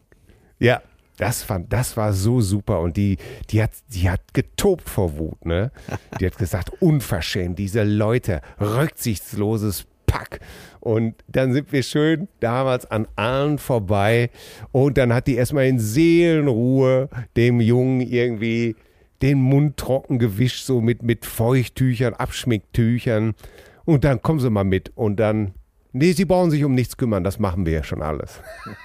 Ja, das, fand, das war so super und die, die, hat, die hat getobt vor Wut, ne? Die hat gesagt, unverschämt, diese Leute, rücksichtsloses Pack. Und dann sind wir schön damals an allen vorbei und dann hat die erstmal in Seelenruhe dem Jungen irgendwie den Mund trocken gewischt, so mit, mit Feuchttüchern, Abschminktüchern und dann kommen Sie mal mit und dann, nee, Sie brauchen sich um nichts kümmern, das machen wir ja schon alles.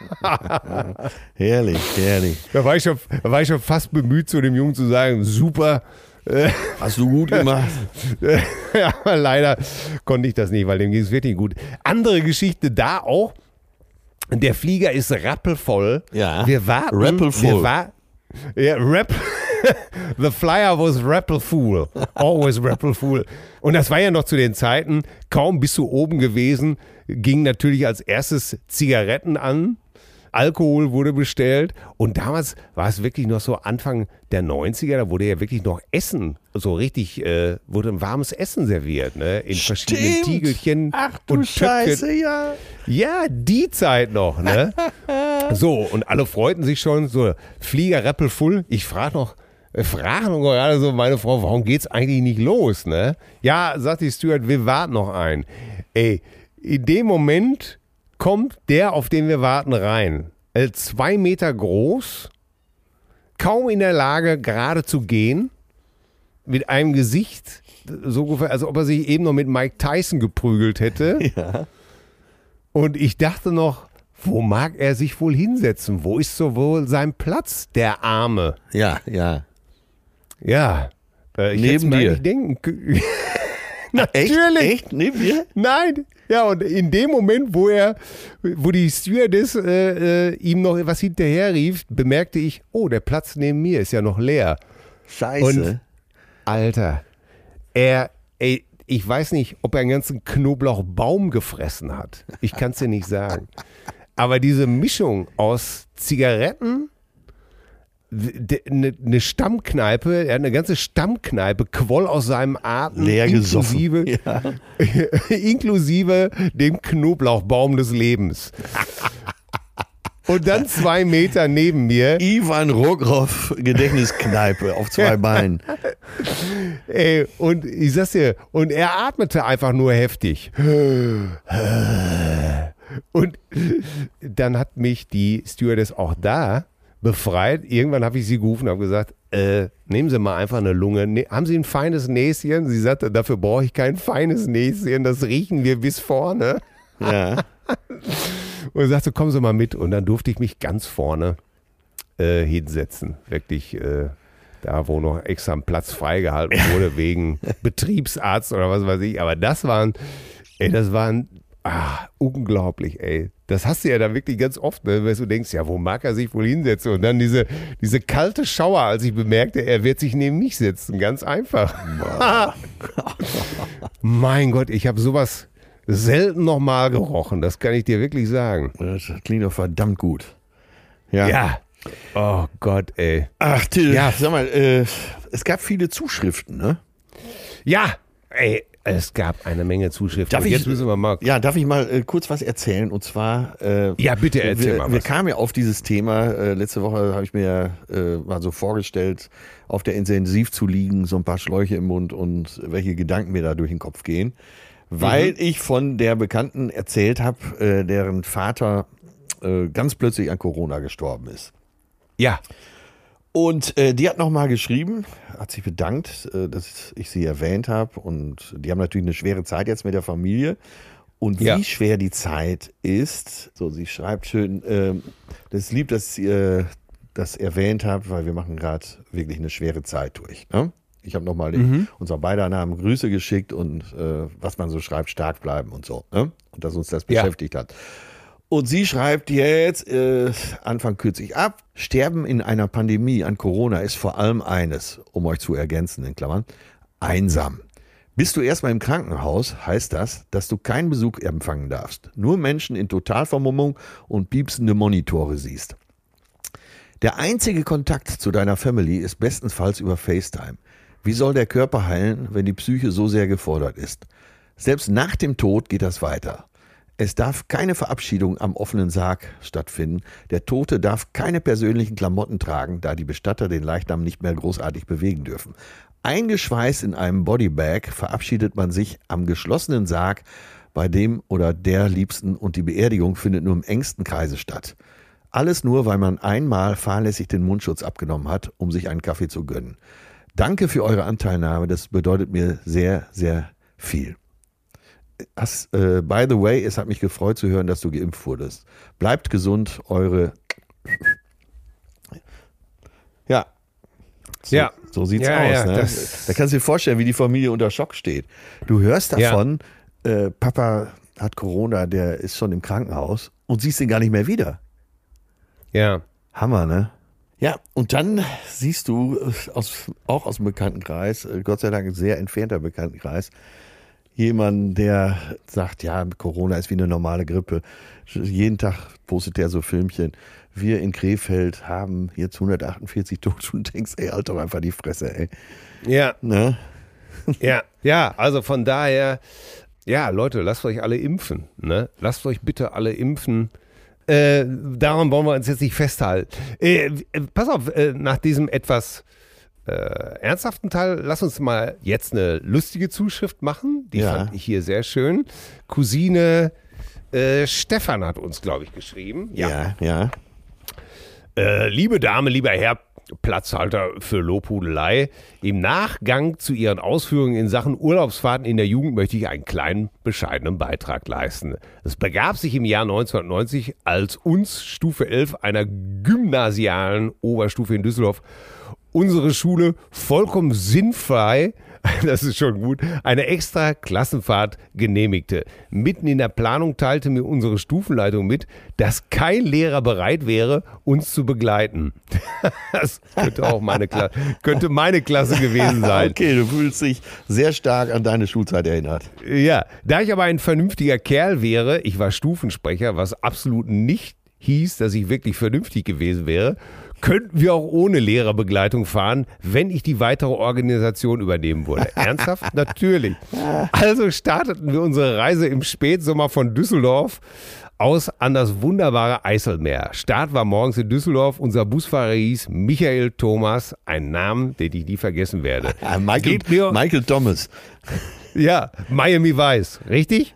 herrlich, herrlich. Da war ich schon, da war ich schon fast bemüht, zu dem Jungen zu sagen, super. Hast du gut gemacht. Ja, aber leider konnte ich das nicht, weil dem ging es wirklich gut. Andere Geschichte da auch. Der Flieger ist rappelvoll. Ja, Wir warten. rappelvoll. Wir war, ja, rap, the flyer was rappelfull. Always rappelfull. Und das war ja noch zu den Zeiten, kaum bist du oben gewesen, ging natürlich als erstes Zigaretten an. Alkohol wurde bestellt und damals war es wirklich noch so Anfang der neunziger, da wurde ja wirklich noch Essen, so richtig, äh, wurde ein warmes Essen serviert, ne? In verschiedenen Stimmt. Tiegelchen Ach du und Scheiße, Töpfchen. ja. Ja, die Zeit noch, ne? So, und alle freuten sich schon, so Flieger rappelvoll. Ich frage noch, äh, frage noch gerade so meine Frau, warum geht's eigentlich nicht los, ne? Ja, sagt die Steward, wir warten noch ein. Ey, in dem Moment kommt der, auf den wir warten, rein. Äh, zwei Meter groß, kaum in der Lage, gerade zu gehen, mit einem Gesicht, so ungefähr, als ob er sich eben noch mit Mike Tyson geprügelt hätte. Ja. Und ich dachte noch, wo mag er sich wohl hinsetzen? Wo ist so wohl sein Platz, der Arme? Ja, ja. Ja, äh, ich Neben hätte mir dir. eigentlich denken können. Echt? Natürlich. Echt? Neben dir? Nein. Ja, und in dem Moment, wo er, wo die Stewardess äh, äh, ihm noch was hinterher rief, bemerkte ich, oh, der Platz neben mir ist ja noch leer. Scheiße. Und Alter, er, ey, ich weiß nicht, ob er einen ganzen Knoblauchbaum gefressen hat. Ich kann es dir nicht sagen. Aber diese Mischung aus Zigaretten, eine, eine Stammkneipe, er hat eine ganze Stammkneipe quoll aus seinem Atem, Leer inklusive, ja. inklusive dem Knoblauchbaum des Lebens. Und dann zwei Meter neben mir. Ivan Rogroff Gedächtniskneipe auf zwei Beinen. Ey, und ich sag's dir, und er atmete einfach nur heftig. Und dann hat mich die Stewardess auch da befreit. Irgendwann habe ich sie gerufen und habe gesagt, äh, nehmen Sie mal einfach eine Lunge. Ne, haben Sie ein feines Näschen? Sie sagte, dafür brauche ich kein feines Näschen, das riechen wir bis vorne. Ja. Und sagte, kommen Sie mal mit. Und dann durfte ich mich ganz vorne äh, hinsetzen. Wirklich äh, da, wo noch extra ein Platz freigehalten wurde, wegen Betriebsarzt oder was weiß ich. Aber das waren, ey, das waren ah, unglaublich, ey. Das hast du ja dann wirklich ganz oft, ne, wenn du denkst, ja, wo mag er sich wohl hinsetzen? Und dann diese, diese kalte Schauer, als ich bemerkte, er wird sich neben mich setzen. Ganz einfach. Mein Gott, ich habe sowas selten nochmal gerochen. Das kann ich dir wirklich sagen. Das klingt doch verdammt gut. Ja. Ja. Oh Gott, ey. Ach, Till, Ja. sag mal, äh, es gab viele Zuschriften, ne? Ja, ey. Es gab eine Menge Zuschriften. Darf Und ich- jetzt müssen wir mal. Ja, darf ich mal äh, kurz was erzählen? Und zwar, äh, Ja, bitte erzähl wir, mal wir was. kamen ja auf dieses Thema. Äh, letzte Woche habe ich mir äh, mal so vorgestellt, auf der Intensiv zu liegen, so ein paar Schläuche im Mund und welche Gedanken mir da durch den Kopf gehen. Weil Mhm. ich von der Bekannten erzählt habe, äh, deren Vater äh, ganz plötzlich an Corona gestorben ist. Ja. Und äh, die hat nochmal geschrieben, hat sich bedankt, äh, dass ich sie erwähnt habe. Und die haben natürlich eine schwere Zeit jetzt mit der Familie. Und wie Ja. schwer die Zeit ist, so sie schreibt schön, äh, das ist lieb, dass ihr das erwähnt habt, weil wir machen gerade wirklich eine schwere Zeit durch. Ne? Ich habe nochmal Mhm. unser beider Namen Grüße geschickt und äh, was man so schreibt, stark bleiben und so. Ne? Und dass uns das Ja. beschäftigt hat. Und sie schreibt jetzt, äh, Anfang kürze ich ab, Sterben in einer Pandemie an Corona ist vor allem eines, um euch zu ergänzen, in Klammern, einsam. Bist du erstmal im Krankenhaus, heißt das, dass du keinen Besuch empfangen darfst. Nur Menschen in Totalvermummung und piepsende Monitore siehst. Der einzige Kontakt zu deiner Family ist bestenfalls über FaceTime. Wie soll der Körper heilen, wenn die Psyche so sehr gefordert ist? Selbst nach dem Tod geht das weiter. Es darf keine Verabschiedung am offenen Sarg stattfinden. Der Tote darf keine persönlichen Klamotten tragen, da die Bestatter den Leichnam nicht mehr großartig bewegen dürfen. Eingeschweißt in einem Bodybag verabschiedet man sich am geschlossenen Sarg bei dem oder der Liebsten und die Beerdigung findet nur im engsten Kreise statt. Alles nur, weil man einmal fahrlässig den Mundschutz abgenommen hat, um sich einen Kaffee zu gönnen. Danke für eure Anteilnahme, das bedeutet mir sehr, sehr viel. Has, äh, by the way, es hat mich gefreut zu hören, dass du geimpft wurdest. Bleibt gesund, eure... Ja. So, Ja. so sieht's Ja, aus. ja, Ne? das- Da kannst du dir vorstellen, wie die Familie unter Schock steht. Du hörst davon, äh, Papa hat Corona, der ist schon im Krankenhaus und siehst ihn gar nicht mehr wieder. Ja. Hammer, ne? Ja, und dann siehst du äh, aus, auch aus dem Bekanntenkreis, äh, Gott sei Dank ein sehr entfernter Bekanntenkreis, jemanden, der sagt, ja, Corona ist wie eine normale Grippe. Jeden Tag postet der so Filmchen. Wir in Krefeld haben jetzt hundertachtundvierzig Tote und denkst, ey, halt doch einfach die Fresse, ey. Ja. Ne? Ja. Ja, also von daher, ja, Leute, lasst euch alle impfen. Ne? Lasst euch bitte alle impfen. Äh, daran wollen wir uns jetzt nicht festhalten. Äh, äh, pass auf, äh, nach diesem etwas äh, ernsthaften Teil, lass uns mal jetzt eine lustige Zuschrift machen. Die Ja. fand ich hier sehr schön. Cousine äh, Stefan hat uns, glaube ich, geschrieben. Ja, ja. Äh, liebe Dame, lieber Herr, Platzhalter für Lobhudelei. Im Nachgang zu Ihren Ausführungen in Sachen Urlaubsfahrten in der Jugend möchte ich einen kleinen, bescheidenen Beitrag leisten. Es begab sich im Jahr neunzehnhundertneunzig, als uns Stufe elf einer gymnasialen Oberstufe in Düsseldorf unsere Schule vollkommen sinnfrei, das ist schon gut, eine extra Klassenfahrt genehmigte. Mitten in der Planung teilte mir unsere Stufenleitung mit, dass kein Lehrer bereit wäre, uns zu begleiten. Das könnte auch meine Klasse, könnte meine Klasse gewesen sein. Okay, du fühlst dich sehr stark an deine Schulzeit erinnert. Ja, da ich aber ein vernünftiger Kerl wäre, ich war Stufensprecher, was absolut nicht hieß, dass ich wirklich vernünftig gewesen wäre, könnten wir auch ohne Lehrerbegleitung fahren, wenn ich die weitere Organisation übernehmen würde. Ernsthaft? Natürlich. Also starteten wir unsere Reise im Spätsommer von Düsseldorf aus an das wunderbare Eiselmeer. Start war morgens in Düsseldorf. Unser Busfahrer hieß Michael Thomas, ein Namen, den ich nie vergessen werde. Michael, mir, Michael Thomas. Ja, Miami Vice, richtig?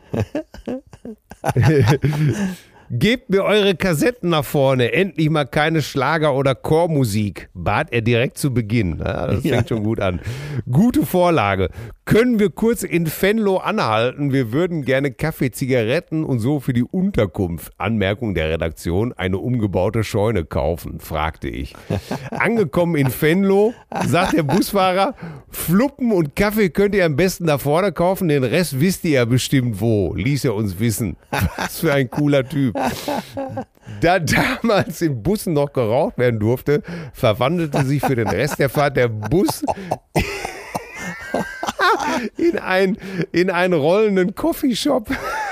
Gebt mir eure Kassetten nach vorne, endlich mal keine Schlager- oder Chormusik, bat er direkt zu Beginn. Ja, das fängt ja schon gut an. Gute Vorlage. Können wir kurz in Venlo anhalten? Wir würden gerne Kaffee, Zigaretten und so für die Unterkunft, Anmerkung der Redaktion, eine umgebaute Scheune kaufen, fragte ich. Angekommen in Venlo, sagt der Busfahrer, Fluppen und Kaffee könnt ihr am besten da vorne kaufen, den Rest wisst ihr ja bestimmt wo, ließ er uns wissen. Was für ein cooler Typ. Da damals in Bussen noch geraucht werden durfte, verwandelte sich für den Rest der Fahrt der Bus in, ein, in einen rollenden Coffeeshop.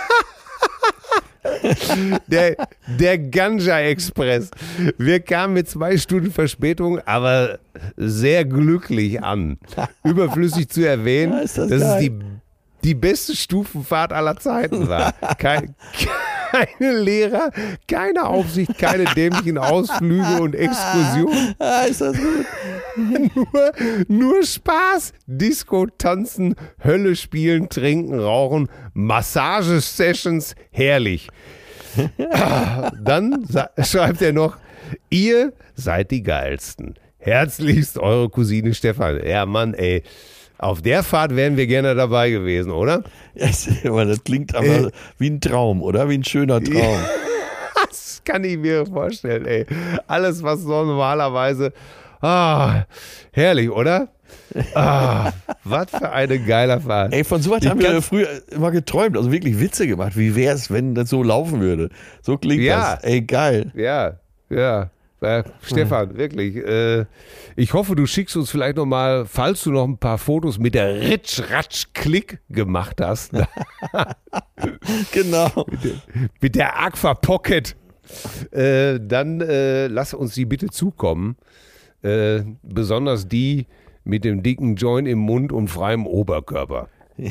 Der, der Ganja Express. Wir kamen mit zwei Stunden Verspätung, aber sehr glücklich an. Überflüssig zu erwähnen, ja, das dass geil. es die, die beste Stufenfahrt aller Zeiten war. Kein, keine Lehrer, keine Aufsicht, keine dämlichen Ausflüge und Exkursionen. Ah, ist das gut. Nur, nur Spaß, Disco, Tanzen, Hölle spielen, trinken, rauchen, Massagesessions, herrlich. Dann schreibt er noch, ihr seid die Geilsten. Herzlichst eure Cousine Stefan. Ja, Mann, ey. Auf der Fahrt wären wir gerne dabei gewesen, oder? Das klingt aber äh, wie ein Traum, oder? Wie ein schöner Traum. Das kann ich mir vorstellen, ey. Alles, was so normalerweise... Ah, herrlich, oder? Ah, was für eine geile Fahrt. Ey, von sowas haben wir früher immer geträumt, also wirklich Witze gemacht. Wie wäre es, wenn das so laufen würde? So klingt ja. das. Ey, geil. Ja, ja. Äh, Stefan, ja. wirklich. Äh, ich hoffe, du schickst uns vielleicht noch mal, falls du noch ein paar Fotos mit der Ritsch-Ratsch-Klick gemacht hast. Genau. Mit der, mit der Aqua Pocket. Äh, dann äh, lass uns die bitte zukommen. Äh, besonders die mit dem dicken Joint im Mund und freiem Oberkörper.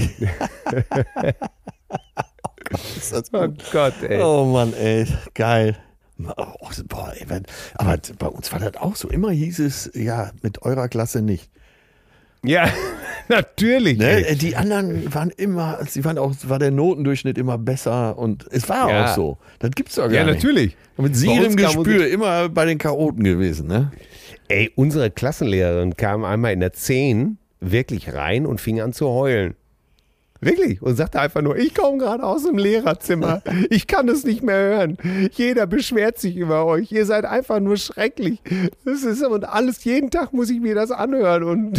Oh Gott, ey. Oh Mann, ey, geil. Oh, boah, ey, aber bei uns war das auch so. Immer hieß es, ja, mit eurer Klasse nicht. Ja, natürlich. Ne? Die anderen waren immer, sie waren auch, war der Notendurchschnitt immer besser und es war ja auch so. Das gibt's doch gar ja, nicht. Ja, natürlich. Mit siedem Gespür immer bei den Chaoten gewesen, ne? Ey, unsere Klassenlehrerin kam einmal in der zehn wirklich rein und fing an zu heulen. Wirklich. Und sagte einfach nur, ich komme gerade aus dem Lehrerzimmer. Ich kann es nicht mehr hören. Jeder beschwert sich über euch. Ihr seid einfach nur schrecklich. Das ist, und alles, jeden Tag muss ich mir das anhören. Und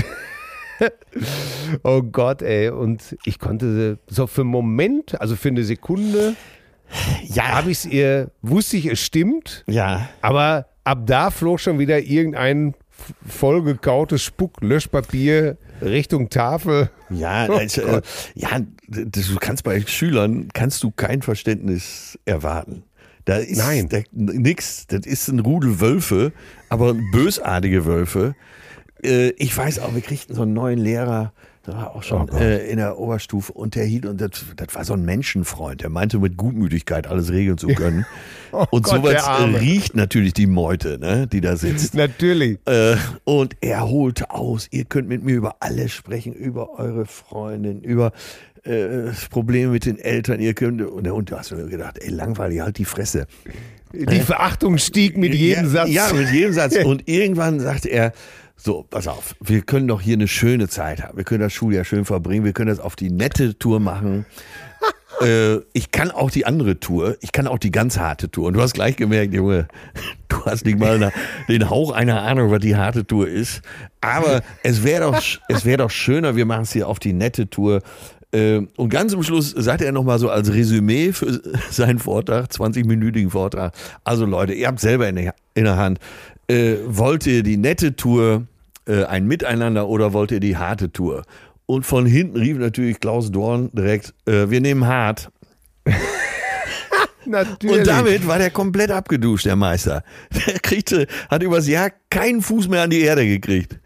oh Gott, ey. Und ich konnte so für einen Moment, also für eine Sekunde, ja, habe ich es ihr, wusste ich, es stimmt. Ja. Aber ab da flog schon wieder irgendein vollgekautes Spuck-Löschpapier Richtung Tafel. Ja, oh also, äh, ja, du kannst bei Schülern kannst du kein Verständnis erwarten. Da ist Nein. Da, nix. Das ist ein Rudel Wölfe, aber bösartige Wölfe. Äh, ich weiß auch, wir kriegten so einen neuen Lehrer. Da war auch schon oh äh, in der Oberstufe und der hielt und das, das war so ein Menschenfreund. Der meinte mit Gutmütigkeit alles regeln zu können. oh und Gott, sowas riecht natürlich die Meute, ne, die da sitzt. Natürlich. Äh, und er holte aus, ihr könnt mit mir über alles sprechen, über eure Freundin, über äh, Probleme mit den Eltern. Ihr könnt, und der Hund, du hast mir gedacht, ey, langweilig, halt die Fresse. Die Verachtung stieg mit jedem ja, Satz. Ja, mit jedem Satz. Und irgendwann sagte er, so, pass auf, wir können doch hier eine schöne Zeit haben. Wir können das Schuljahr schön verbringen. Wir können das auf die nette Tour machen. äh, ich kann auch die andere Tour. Ich kann auch die ganz harte Tour. Und du hast gleich gemerkt, Junge, du hast nicht mal eine, den Hauch einer Ahnung, was die harte Tour ist. Aber es wäre doch, es wäre doch schöner, wir machen es hier auf die nette Tour. Äh, und ganz zum Schluss sagte er nochmal so als Resümee für seinen Vortrag, zwanzig-minütigen Vortrag. Also Leute, ihr habt selber in der, in der Hand. Äh, wollt ihr die nette Tour, äh, ein Miteinander oder wollt ihr die harte Tour? Und von hinten rief natürlich Klaus Dorn direkt, äh, wir nehmen hart. Natürlich. Und damit war der komplett abgeduscht, der Meister. Der kriegte, hat übers Jahr keinen Fuß mehr an die Erde gekriegt.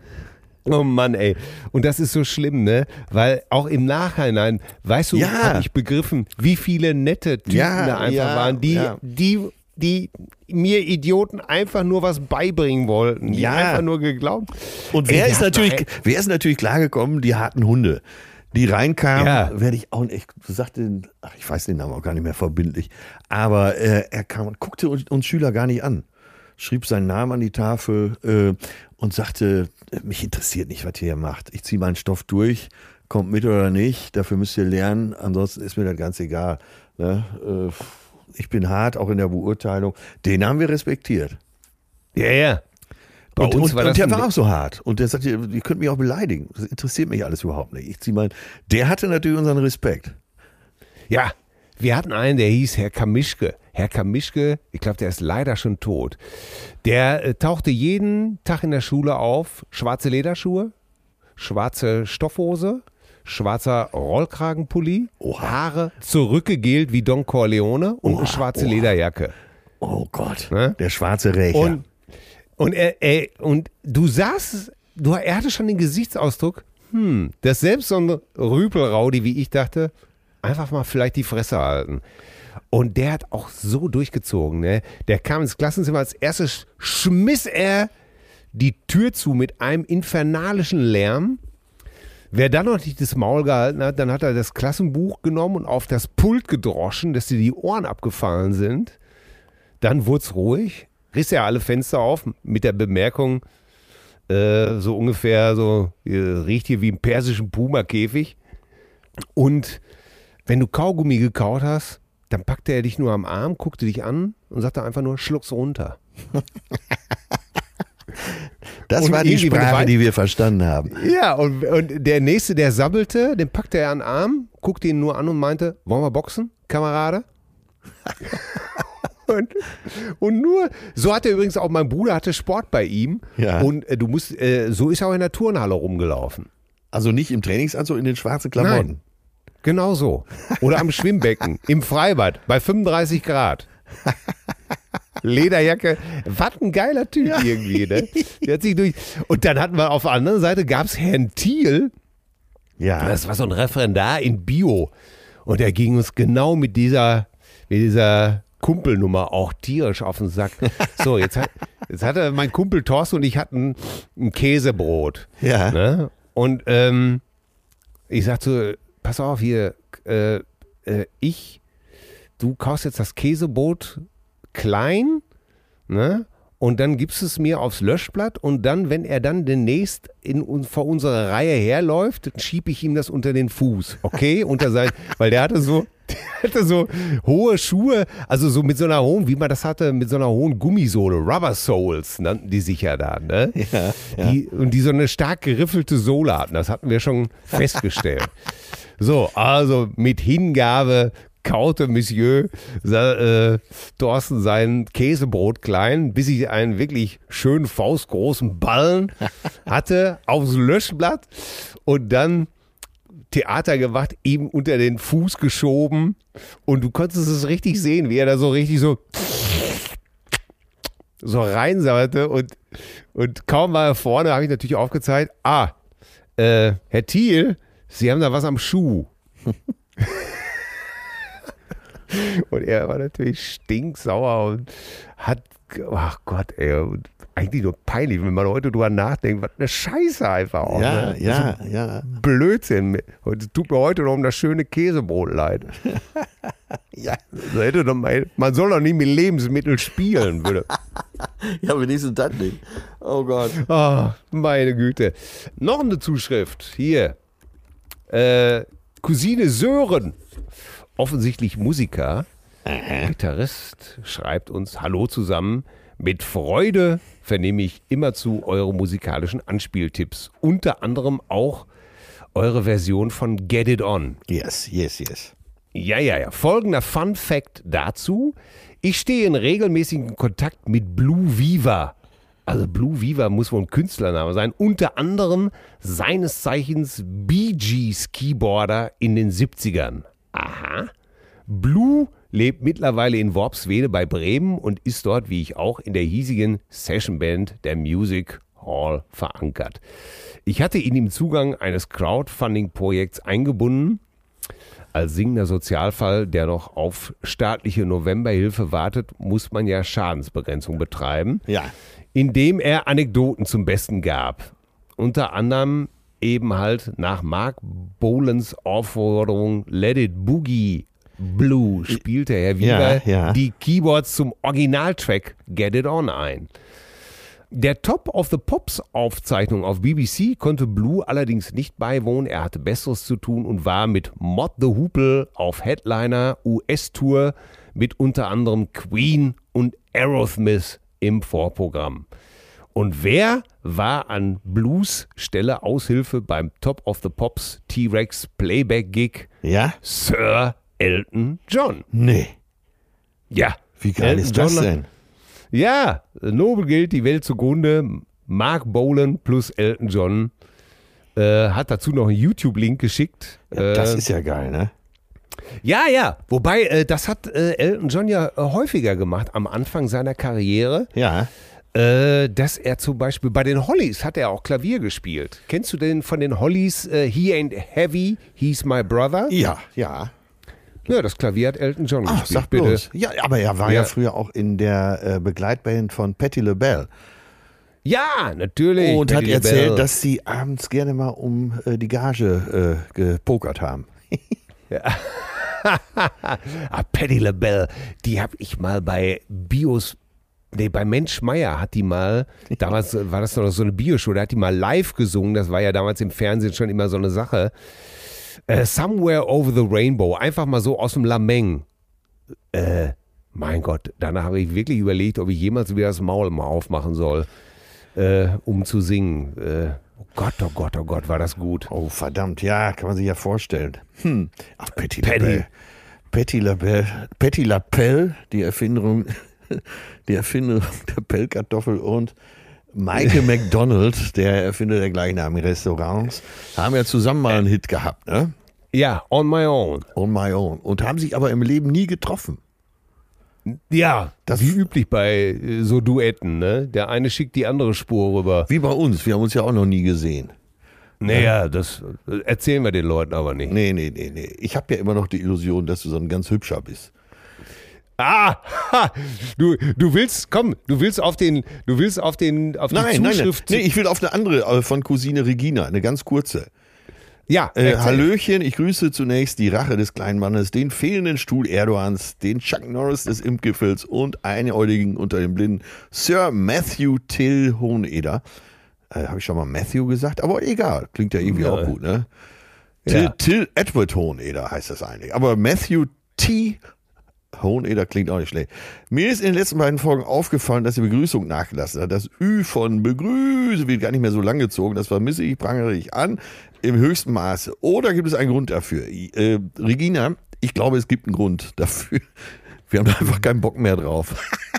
Oh Mann, ey. Und das ist so schlimm, ne? Weil auch im Nachhinein, weißt du, Ja. habe ich begriffen, wie viele nette Typen Ja, da einfach ja, waren, die, ja. die, die mir Idioten einfach nur was beibringen wollten. Die Ja. einfach nur geglaubt. Und Ey, wer wir ist hatten natürlich, ein- wer ist natürlich klargekommen? Die harten Hunde. Die reinkamen, Ja. werde ich auch nicht, sagte, den, ach, ich weiß den Namen auch gar nicht mehr verbindlich, aber äh, er kam und guckte uns, uns Schüler gar nicht an, schrieb seinen Namen an die Tafel äh, und sagte, mich interessiert nicht, was ihr hier macht. Ich ziehe meinen Stoff durch, kommt mit oder nicht, dafür müsst ihr lernen, ansonsten ist mir das ganz egal. Ne? Äh, ich bin hart, auch in der Beurteilung. Den haben wir respektiert. Ja, ja. Bei Und, uns und, war und das der ein- war auch so hart. Und der sagte, ihr könnt mich auch beleidigen. Das interessiert mich alles überhaupt nicht. Ich zieh mein, der hatte natürlich unseren Respekt. Ja, wir hatten einen, der hieß Herr Kamischke. Herr Kamischke, ich glaube, der ist leider schon tot. Der äh, tauchte jeden Tag in der Schule auf. Schwarze Lederschuhe, schwarze Stoffhose, schwarzer Rollkragenpulli, Oha. Haare zurückgegelt wie Don Corleone und Oha, eine schwarze oha. Lederjacke. Oh Gott, Ne? der schwarze Rächer. Und, und, er, er, und du sahst, du, er hatte schon den Gesichtsausdruck, hm, das selbst so ein Rüpelraudi, wie ich dachte, einfach mal vielleicht die Fresse halten. Und der hat auch so durchgezogen, ne? Der kam ins Klassenzimmer, als erstes schmiss er die Tür zu mit einem infernalischen Lärm. Wer dann noch nicht das Maul gehalten hat, dann hat er das Klassenbuch genommen und auf das Pult gedroschen, dass dir die Ohren abgefallen sind. Dann wurde es ruhig, riss er alle Fenster auf mit der Bemerkung, äh, so ungefähr so, äh, riecht hier wie im persischen Puma-Käfig. Und wenn du Kaugummi gekaut hast, dann packte er dich nur am Arm, guckte dich an und sagte einfach nur, schluck's runter. das und war die irgendwie, wenn du Sprache, weißt- die wir verstanden haben. Ja, und, und der Nächste, der sabbelte, den packte er an den Arm, guckte ihn nur an und meinte, wollen wir boxen, Kamerade? und, und nur, so hatte übrigens auch mein Bruder, hatte Sport bei ihm. Ja. Und äh, du musst, äh, so ist er auch in der Turnhalle rumgelaufen. Also nicht im Trainingsanzug, in den schwarzen Klamotten. Nein. Genau so. Oder am Schwimmbecken, im Freibad, bei fünfunddreißig Grad. Lederjacke. Was ein geiler Typ irgendwie, ne? Der hat sich durch. Und dann hatten wir auf der anderen Seite, gab es Herrn Thiel, Ja, das war so ein Referendar in Bio. Und der ging uns genau mit dieser, mit dieser Kumpelnummer auch tierisch auf den Sack. So, jetzt, hat, jetzt hatte mein Kumpel Thorsten und ich hatten ein Käsebrot. ja. Ne? Und ähm, ich sagte, pass auf hier, äh, äh, ich, du kaufst jetzt das Käsebrot klein, ne? Und dann gibst es mir aufs Löschblatt und dann, wenn er dann demnächst in, un- vor unserer Reihe herläuft, dann schiebe ich ihm das unter den Fuß, okay? Unter sein, weil der hatte so, der hatte so hohe Schuhe, also so mit so einer hohen, wie man das hatte, mit so einer hohen Gummisohle, Rubber Soles nannten die sich ja da, ne? Ja, ja. Die, und die so eine stark geriffelte Sohle hatten, das hatten wir schon festgestellt. So, also mit Hingabe kaute Monsieur sa- äh, Thorsten sein Käsebrot klein, bis ich einen wirklich schönen faustgroßen Ballen hatte aufs Löschblatt und dann Theater gemacht, ihm unter den Fuß geschoben und du konntest es richtig sehen, wie er da so richtig so so reinsammerte und, und kaum war er vorne, habe ich natürlich aufgezeigt, ah, äh, Herr Thiel, Sie haben da was am Schuh. Und er war natürlich stinksauer und hat, ach Gott, ey, und eigentlich nur peinlich, wenn man heute drüber nachdenkt, was eine Scheiße einfach auch. Ja, ne? ja, ja. Blödsinn. Und es tut mir heute noch um das schöne Käsebrot leid. Ja, So hätte doch mal, man soll doch nicht mit Lebensmitteln spielen, würde. ja, wenigstens das nicht. Oh Gott. Ah, meine Güte. Noch eine Zuschrift. Hier. Äh, Cousine Sören, offensichtlich Musiker, Gitarrist, schreibt uns: Hallo zusammen. Mit Freude vernehme ich immerzu eure musikalischen Anspieltipps. Unter anderem auch eure Version von Get It On. Yes, yes, yes. Ja, ja, ja. Folgender Fun Fact dazu. Ich stehe in regelmäßigem Kontakt mit Blue Viva. Also Blue Viva muss wohl ein Künstlername sein. Unter anderem seines Zeichens Bee Gees Keyboarder in den siebzigern. Aha. Blue lebt mittlerweile in Worpswede bei Bremen und ist dort, wie ich auch, in der hiesigen Sessionband der Music Hall verankert. Ich hatte ihn im Zugang eines Crowdfunding-Projekts eingebunden, als singender Sozialfall, der noch auf staatliche Novemberhilfe wartet, muss man ja Schadensbegrenzung betreiben, Ja. indem er Anekdoten zum Besten gab. Unter anderem eben halt nach Mark Bolans Aufforderung Let It Boogie Blue spielte Herr Wieber Ja, ja. die Keyboards zum Originaltrack Get It On ein. Der Top of the Pops Aufzeichnung auf B B C konnte Blue allerdings nicht beiwohnen. Er hatte Besseres zu tun und war mit Mott the Hoople auf Headliner U S-Tour mit unter anderem Queen und Aerosmith im Vorprogramm. Und wer war an Blues Stelle Aushilfe beim Top of the Pops T-Rex Playback-Gig? Ja? Sir Elton John. Nee. Ja. Wie geil Elton ist das John- denn? Ja, Nobel gilt die Welt zugrunde. Mark Bolan plus Elton John äh, hat dazu noch einen YouTube-Link geschickt. Ja, das äh, ist ja geil, ne? ja, ja. Wobei, äh, das hat äh, Elton John ja äh, häufiger gemacht am Anfang seiner Karriere. Ja. Äh, dass er zum Beispiel bei den Hollies hat er auch Klavier gespielt. Kennst du denn von den Hollies äh, He Ain't Heavy, He's My Brother? Ja, ja. Ja, das Klavier hat Elton John Ach, gespielt. sag bloß. Ja, aber er war ja, Ja. früher auch in der äh, Begleitband von Patti LaBelle. Ja, natürlich. Und hat Patti erzählt, LaBelle. dass sie abends gerne mal um äh, die Gage äh, gepokert haben. Ah, Patti LaBelle, die habe ich mal bei Bios, nee, bei Mensch Meier hat die mal, damals war das noch so eine Bioshow, da hat die mal live gesungen, das war ja damals im Fernsehen schon immer so eine Sache. Äh, Somewhere Over the Rainbow, einfach mal so aus dem Lameng. Äh, mein Gott, danach habe ich wirklich überlegt, ob ich jemals wieder das Maul mal aufmachen soll, äh, um zu singen. Äh, oh Gott, oh Gott, oh Gott, war das gut. Oh, verdammt, ja, kann man sich ja vorstellen. Hm. Ach, Patti Patti. LaBelle. Patti LaBelle. Patti LaPelle, die Erfinderung, die Erfinderung der Pellkartoffel und Michael McDonald, der Erfinder der gleichnamigen Restaurants, haben ja zusammen mal einen Hit gehabt, ne? Ja, On My Own. On My Own. Und haben sich aber im Leben nie getroffen. Ja, Das- wie üblich bei äh, so Duetten, ne? Der eine schickt die andere Spur rüber. Wie bei uns, wir haben uns ja auch noch nie gesehen. Naja, das äh, erzählen wir den Leuten aber nicht. Nee, nee, nee, nee. Ich habe ja immer noch die Illusion, dass du so ein ganz hübscher bist. Ah, ha, du, du willst, komm, du willst auf den, du willst auf den, auf die Nein, nein, nein. Zuschrift. Nee, ich will auf eine andere äh, von Cousine Regina, eine ganz kurze. Ja, Äh, erzähl. Hallöchen, ich grüße zunächst die Rache des kleinen Mannes, den fehlenden Stuhl Erdogans, den Chuck Norris des Impfgipfels und einäugigen unter den Blinden Sir Matthew Till Hoheneder. Äh, Habe ich schon mal Matthew gesagt? Aber egal, klingt ja irgendwie Ja. auch gut, ne? Till, Ja. Till Edward Hoheneder heißt das eigentlich. Aber Matthew T. Hoheneder klingt auch nicht schlecht. Mir ist in den letzten beiden Folgen aufgefallen, dass die Begrüßung nachgelassen hat. Das Ü von Begrüße wird gar nicht mehr so lang gezogen. Das vermisse ich, prangere ich an, im höchsten Maße. Oder gibt es einen Grund dafür? Äh, Regina, ich glaube, es gibt einen Grund dafür. Wir haben da einfach keinen Bock mehr drauf.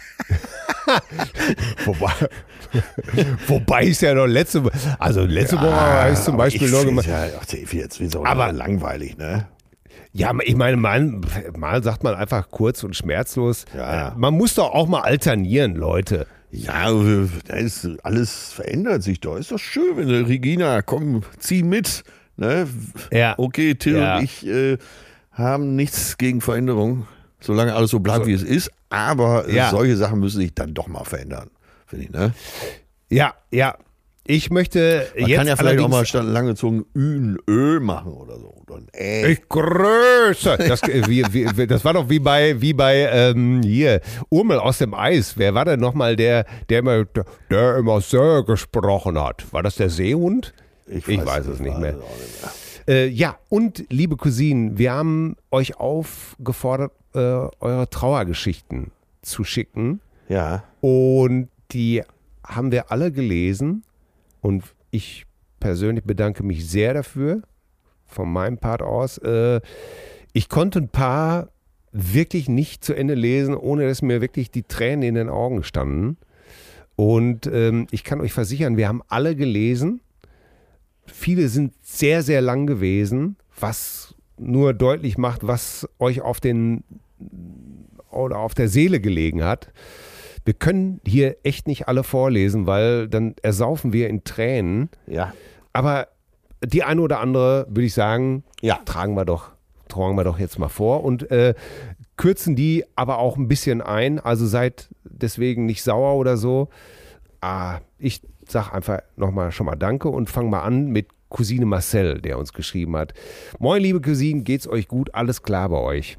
Wobei, wobei ist ja noch letzte Woche, also letzte Woche habe ich zum aber Beispiel ich noch find's gemacht. Ja, ach, jetzt wird es auch Aber- langweilig, ne? Ja, ich meine, mal, mal sagt man einfach kurz und schmerzlos. Ja. Man muss doch auch mal alternieren, Leute. Ja, da ist, alles verändert sich doch. Ist doch schön, wenn du, Regina, komm, zieh mit. Ne? Ja. Okay, Till Ja. und ich äh, haben nichts gegen Veränderung, solange alles so bleibt, So. wie es ist. Aber äh, Ja. solche Sachen müssen sich dann doch mal verändern, finde ich. Ne? Ja, ja. Ich möchte Man jetzt kann ja vielleicht auch allerdings- mal statt langgezogen Ü ein Ö machen oder so. Oder ein Ä. Ich grüße. Das, äh, wie, wie, das war doch wie bei, wie bei ähm, hier, Urmel aus dem Eis. Wer war denn nochmal der, der immer, der immer Sir gesprochen hat? War das der Seehund? Ich weiß es nicht mehr. weiß auch nicht mehr. Äh, ja, und liebe Cousinen, wir haben euch aufgefordert, äh, eure Trauergeschichten zu schicken. Ja, Und die haben wir alle gelesen. Und ich persönlich bedanke mich sehr dafür, von meinem Part aus. Äh, ich konnte ein paar wirklich nicht zu Ende lesen, ohne dass mir wirklich die Tränen in den Augen standen. Und ähm, ich kann euch versichern, wir haben alle gelesen. Viele sind sehr, sehr lang gewesen, was nur deutlich macht, was euch auf den oder auf der Seele gelegen hat. Wir können hier echt nicht alle vorlesen, weil dann ersaufen wir in Tränen. Ja. Aber die eine oder andere, würde ich sagen, Ja. tragen wir doch, tragen wir doch jetzt mal vor und äh, kürzen die aber auch ein bisschen ein. Also seid deswegen nicht sauer oder so. Ah, ich sag einfach nochmal schon mal Danke und fang mal an mit Cousine Marcel, der uns geschrieben hat. Moin, liebe Cousinen, geht's euch gut? Alles klar bei euch?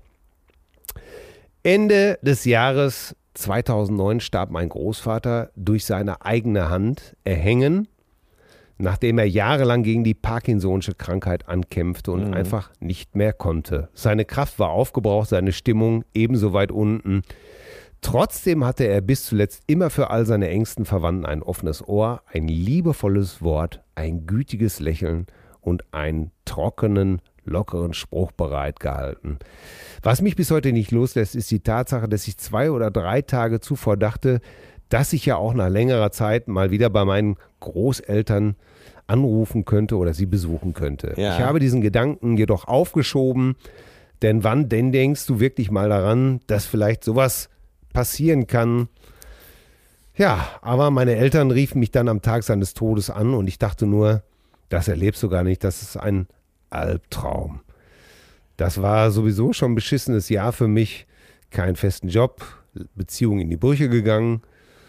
Ende des Jahres zweitausendneun starb mein Großvater durch seine eigene Hand erhängen, nachdem er jahrelang gegen die Parkinson'sche Krankheit ankämpfte und mhm. einfach nicht mehr konnte. Seine Kraft war aufgebraucht, seine Stimmung ebenso weit unten. Trotzdem hatte er bis zuletzt immer für all seine engsten Verwandten ein offenes Ohr, ein liebevolles Wort, ein gütiges Lächeln und einen trockenen, lockeren Spruch bereit gehalten. Was mich bis heute nicht loslässt, ist die Tatsache, dass ich zwei oder drei Tage zuvor dachte, dass ich ja auch nach längerer Zeit mal wieder bei meinen Großeltern anrufen könnte oder sie besuchen könnte. Ja. Ich habe diesen Gedanken jedoch aufgeschoben, denn wann denn denkst du wirklich mal daran, dass vielleicht sowas passieren kann? Ja, aber meine Eltern riefen mich dann am Tag seines Todes an und ich dachte nur, das erlebst du gar nicht, das ist ein Albtraum. Das war sowieso schon ein beschissenes Jahr für mich, keinen festen Job, Beziehung in die Brüche gegangen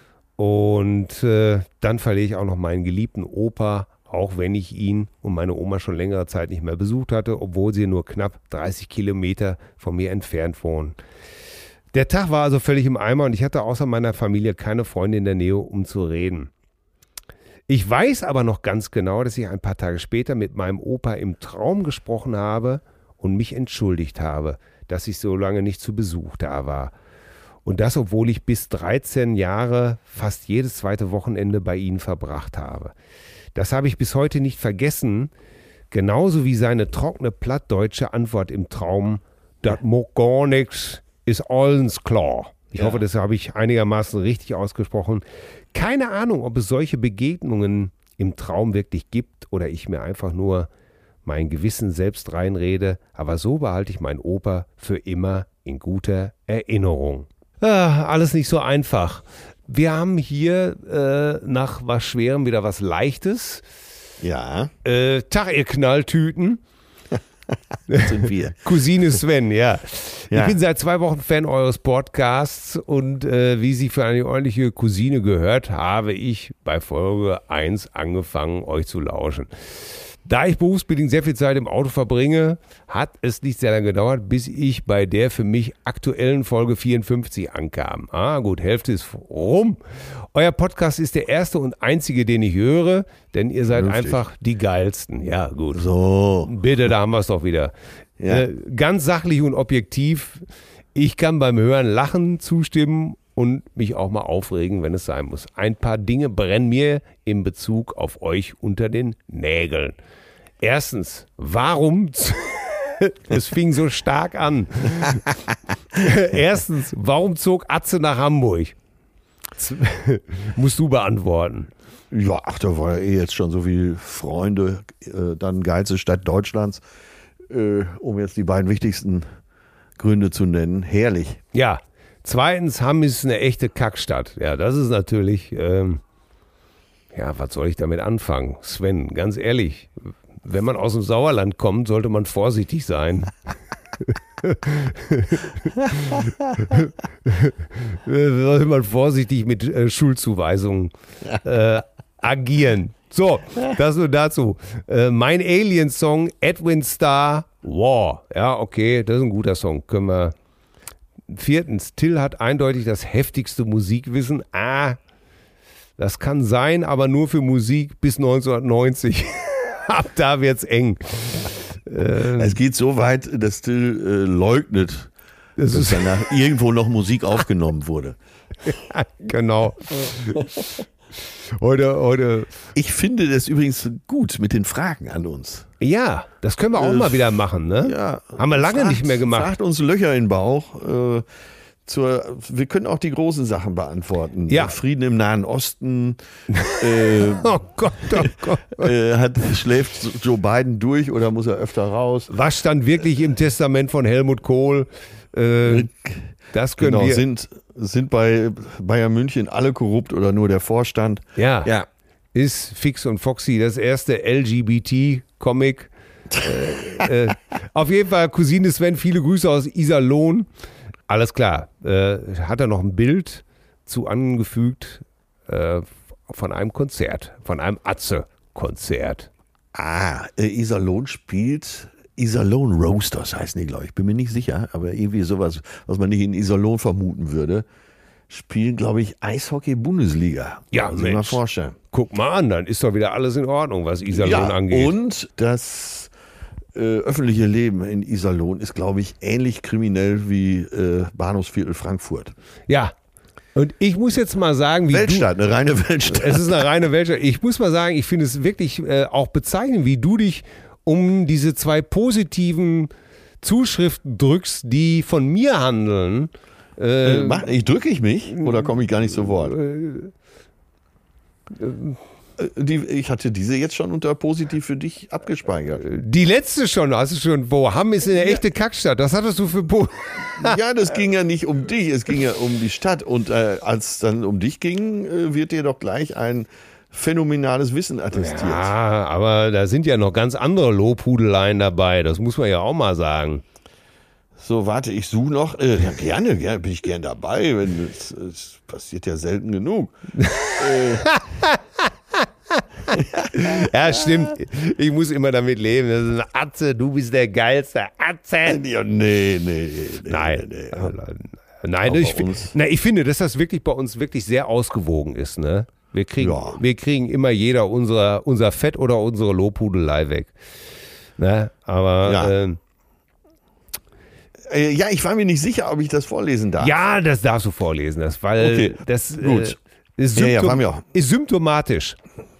und äh, dann verliere ich auch noch meinen geliebten Opa, auch wenn ich ihn und meine Oma schon längere Zeit nicht mehr besucht hatte, obwohl sie nur knapp dreißig Kilometer von mir entfernt wohnen. Der Tag war also völlig im Eimer und ich hatte außer meiner Familie keine Freunde in der Nähe, um zu reden. Ich weiß aber noch ganz genau, dass ich ein paar Tage später mit meinem Opa im Traum gesprochen habe und mich entschuldigt habe, dass ich so lange nicht zu Besuch da war. Und das, obwohl ich bis dreizehn Jahre fast jedes zweite Wochenende bei ihnen verbracht habe. Das habe ich bis heute nicht vergessen, genauso wie seine trockene plattdeutsche Antwort im Traum, das mo gar nix, ist allens klar. Ich Ja. hoffe, das habe ich einigermaßen richtig ausgesprochen. Keine Ahnung, ob es solche Begegnungen im Traum wirklich gibt oder ich mir einfach nur mein Gewissen selbst reinrede, aber so behalte ich meinen Opa für immer in guter Erinnerung. Ah, alles nicht so einfach. Wir haben hier äh, nach was Schwerem wieder was Leichtes. Ja, Äh, Tag, ihr Knalltüten. das sind wir. Cousine Sven, ja. Ja. Ich bin seit zwei Wochen Fan eures Podcasts und äh, wie sie für eine ordentliche Cousine gehört, habe ich bei Folge eins angefangen, euch zu lauschen. Da ich berufsbedingt sehr viel Zeit im Auto verbringe, hat es nicht sehr lange gedauert, bis ich bei der für mich aktuellen Folge vierundfünfzig ankam. Ah, gut, Hälfte ist rum. Euer Podcast ist der erste und einzige, den ich höre, denn ihr seid Vernünftig. einfach die geilsten. Ja, gut. So. Bitte, da haben wir es doch wieder. Ja. Äh, ganz sachlich und objektiv. Ich kann beim Hören lachen, zustimmen und mich auch mal aufregen, wenn es sein muss. Ein paar Dinge brennen mir in Bezug auf euch unter den Nägeln. Erstens, warum, es fing so stark an. Erstens, warum zog Atze nach Hamburg? Musst du beantworten. Ja, ach, da war ja eh jetzt schon so viele Freunde, äh, dann geilste Stadt Deutschlands, äh, um jetzt die beiden wichtigsten Gründe zu nennen. Herrlich. Ja, zweitens, Hamm ist eine echte Kackstadt. Ja, das ist natürlich, ähm, ja, was soll ich damit anfangen? Sven, ganz ehrlich, wenn man aus dem Sauerland kommt, sollte man vorsichtig sein. sollte man vorsichtig mit äh, Schulzuweisungen äh, agieren. So, das nur dazu. Äh, mein Alien-Song Edwin Starr War. Ja, okay, das ist ein guter Song. Können wir. Viertens, Till hat eindeutig das heftigste Musikwissen. Ah, das kann sein, aber nur für Musik bis neunzehnhundertneunzig. Ab da wird's eng. Ähm, Es geht so weit, dass Till äh, leugnet, das dass ist, danach irgendwo noch Musik aufgenommen wurde. genau. Heute, heute. Ich finde das übrigens gut mit den Fragen an uns. Ja, das können wir auch Äh, mal wieder machen, ne? Ja, Haben wir lange fragt, nicht mehr gemacht. Fragt uns Löcher in den Bauch. Äh, zur, wir können auch die großen Sachen beantworten. Ja. Frieden im Nahen Osten. äh, Oh Gott, oh Gott. äh, hat, schläft Joe Biden durch oder muss er öfter raus? Was stand wirklich im Testament von Helmut Kohl? Äh, das können genau, wir. Sind, sind bei Bayern München alle korrupt oder nur der Vorstand? Ja, Ja. Ist Fix und Foxy das erste L G B T-Comic. äh, äh, auf jeden Fall, Cousine Sven, viele Grüße aus Iserlohn. Alles klar. Äh, hat er noch ein Bild zu angefügt äh, von einem Konzert, von einem Atze-Konzert. Ah, äh, Iserlohn spielt, Iserlohn Roasters heißen die, glaube ich. Bin mir nicht sicher, aber irgendwie sowas, was man nicht in Iserlohn vermuten würde. Spielen, glaube ich, Eishockey-Bundesliga. Ja, muss ich mal Mensch. vorstellen. Guck mal an, dann ist doch wieder alles in Ordnung, was Iserlohn Ja, angeht. und das äh, öffentliche Leben in Iserlohn ist, glaube ich, ähnlich kriminell wie äh, Bahnhofsviertel Frankfurt. Ja. Und ich muss jetzt mal sagen, wie Weltstadt, du, eine reine Weltstadt. es ist eine reine Weltstadt. Ich muss mal sagen, ich finde es wirklich äh, auch bezeichnend, wie du dich um diese zwei positiven Zuschriften drückst, die von mir handeln. Äh, Äh, mach, ich drücke ich mich oder komme ich gar nicht zu Wort? äh, Äh, Die, ich hatte diese jetzt schon unter positiv für dich abgespeichert. Die letzte schon, hast du schon, wo Hamm ist eine echte Kackstadt, das hattest du für po Ja, das ging ja nicht um dich, es ging ja um die Stadt. Und äh, als es dann um dich ging, äh, wird dir doch gleich ein phänomenales Wissen attestiert. Ja, aber da sind ja noch ganz andere Lobhudeleien dabei, das muss man ja auch mal sagen. So, warte, ich suche noch. Äh, ja, gerne, gerne, bin ich gern dabei. Wenn, es, es passiert ja selten genug. äh, Ja, stimmt. Ich muss immer damit leben. Das ist eine Atze, du bist der geilste Atze. ja, nee, nee, nee. Nein. Nee, Nein, Auch ich, bei uns. na, ich finde, dass das wirklich bei uns wirklich sehr ausgewogen ist. Ne? Wir, kriegen, Ja. wir kriegen immer jeder unser, unser Fett oder unsere Lobhudelei weg. Ne? Aber Ja. ja. Äh, ja, ich war mir nicht sicher, ob ich das vorlesen darf. ja, das darfst du vorlesen, das, weil Okay, das gut. Äh, ist, Ja, ja, symptom war mir auch. ist symptomatisch.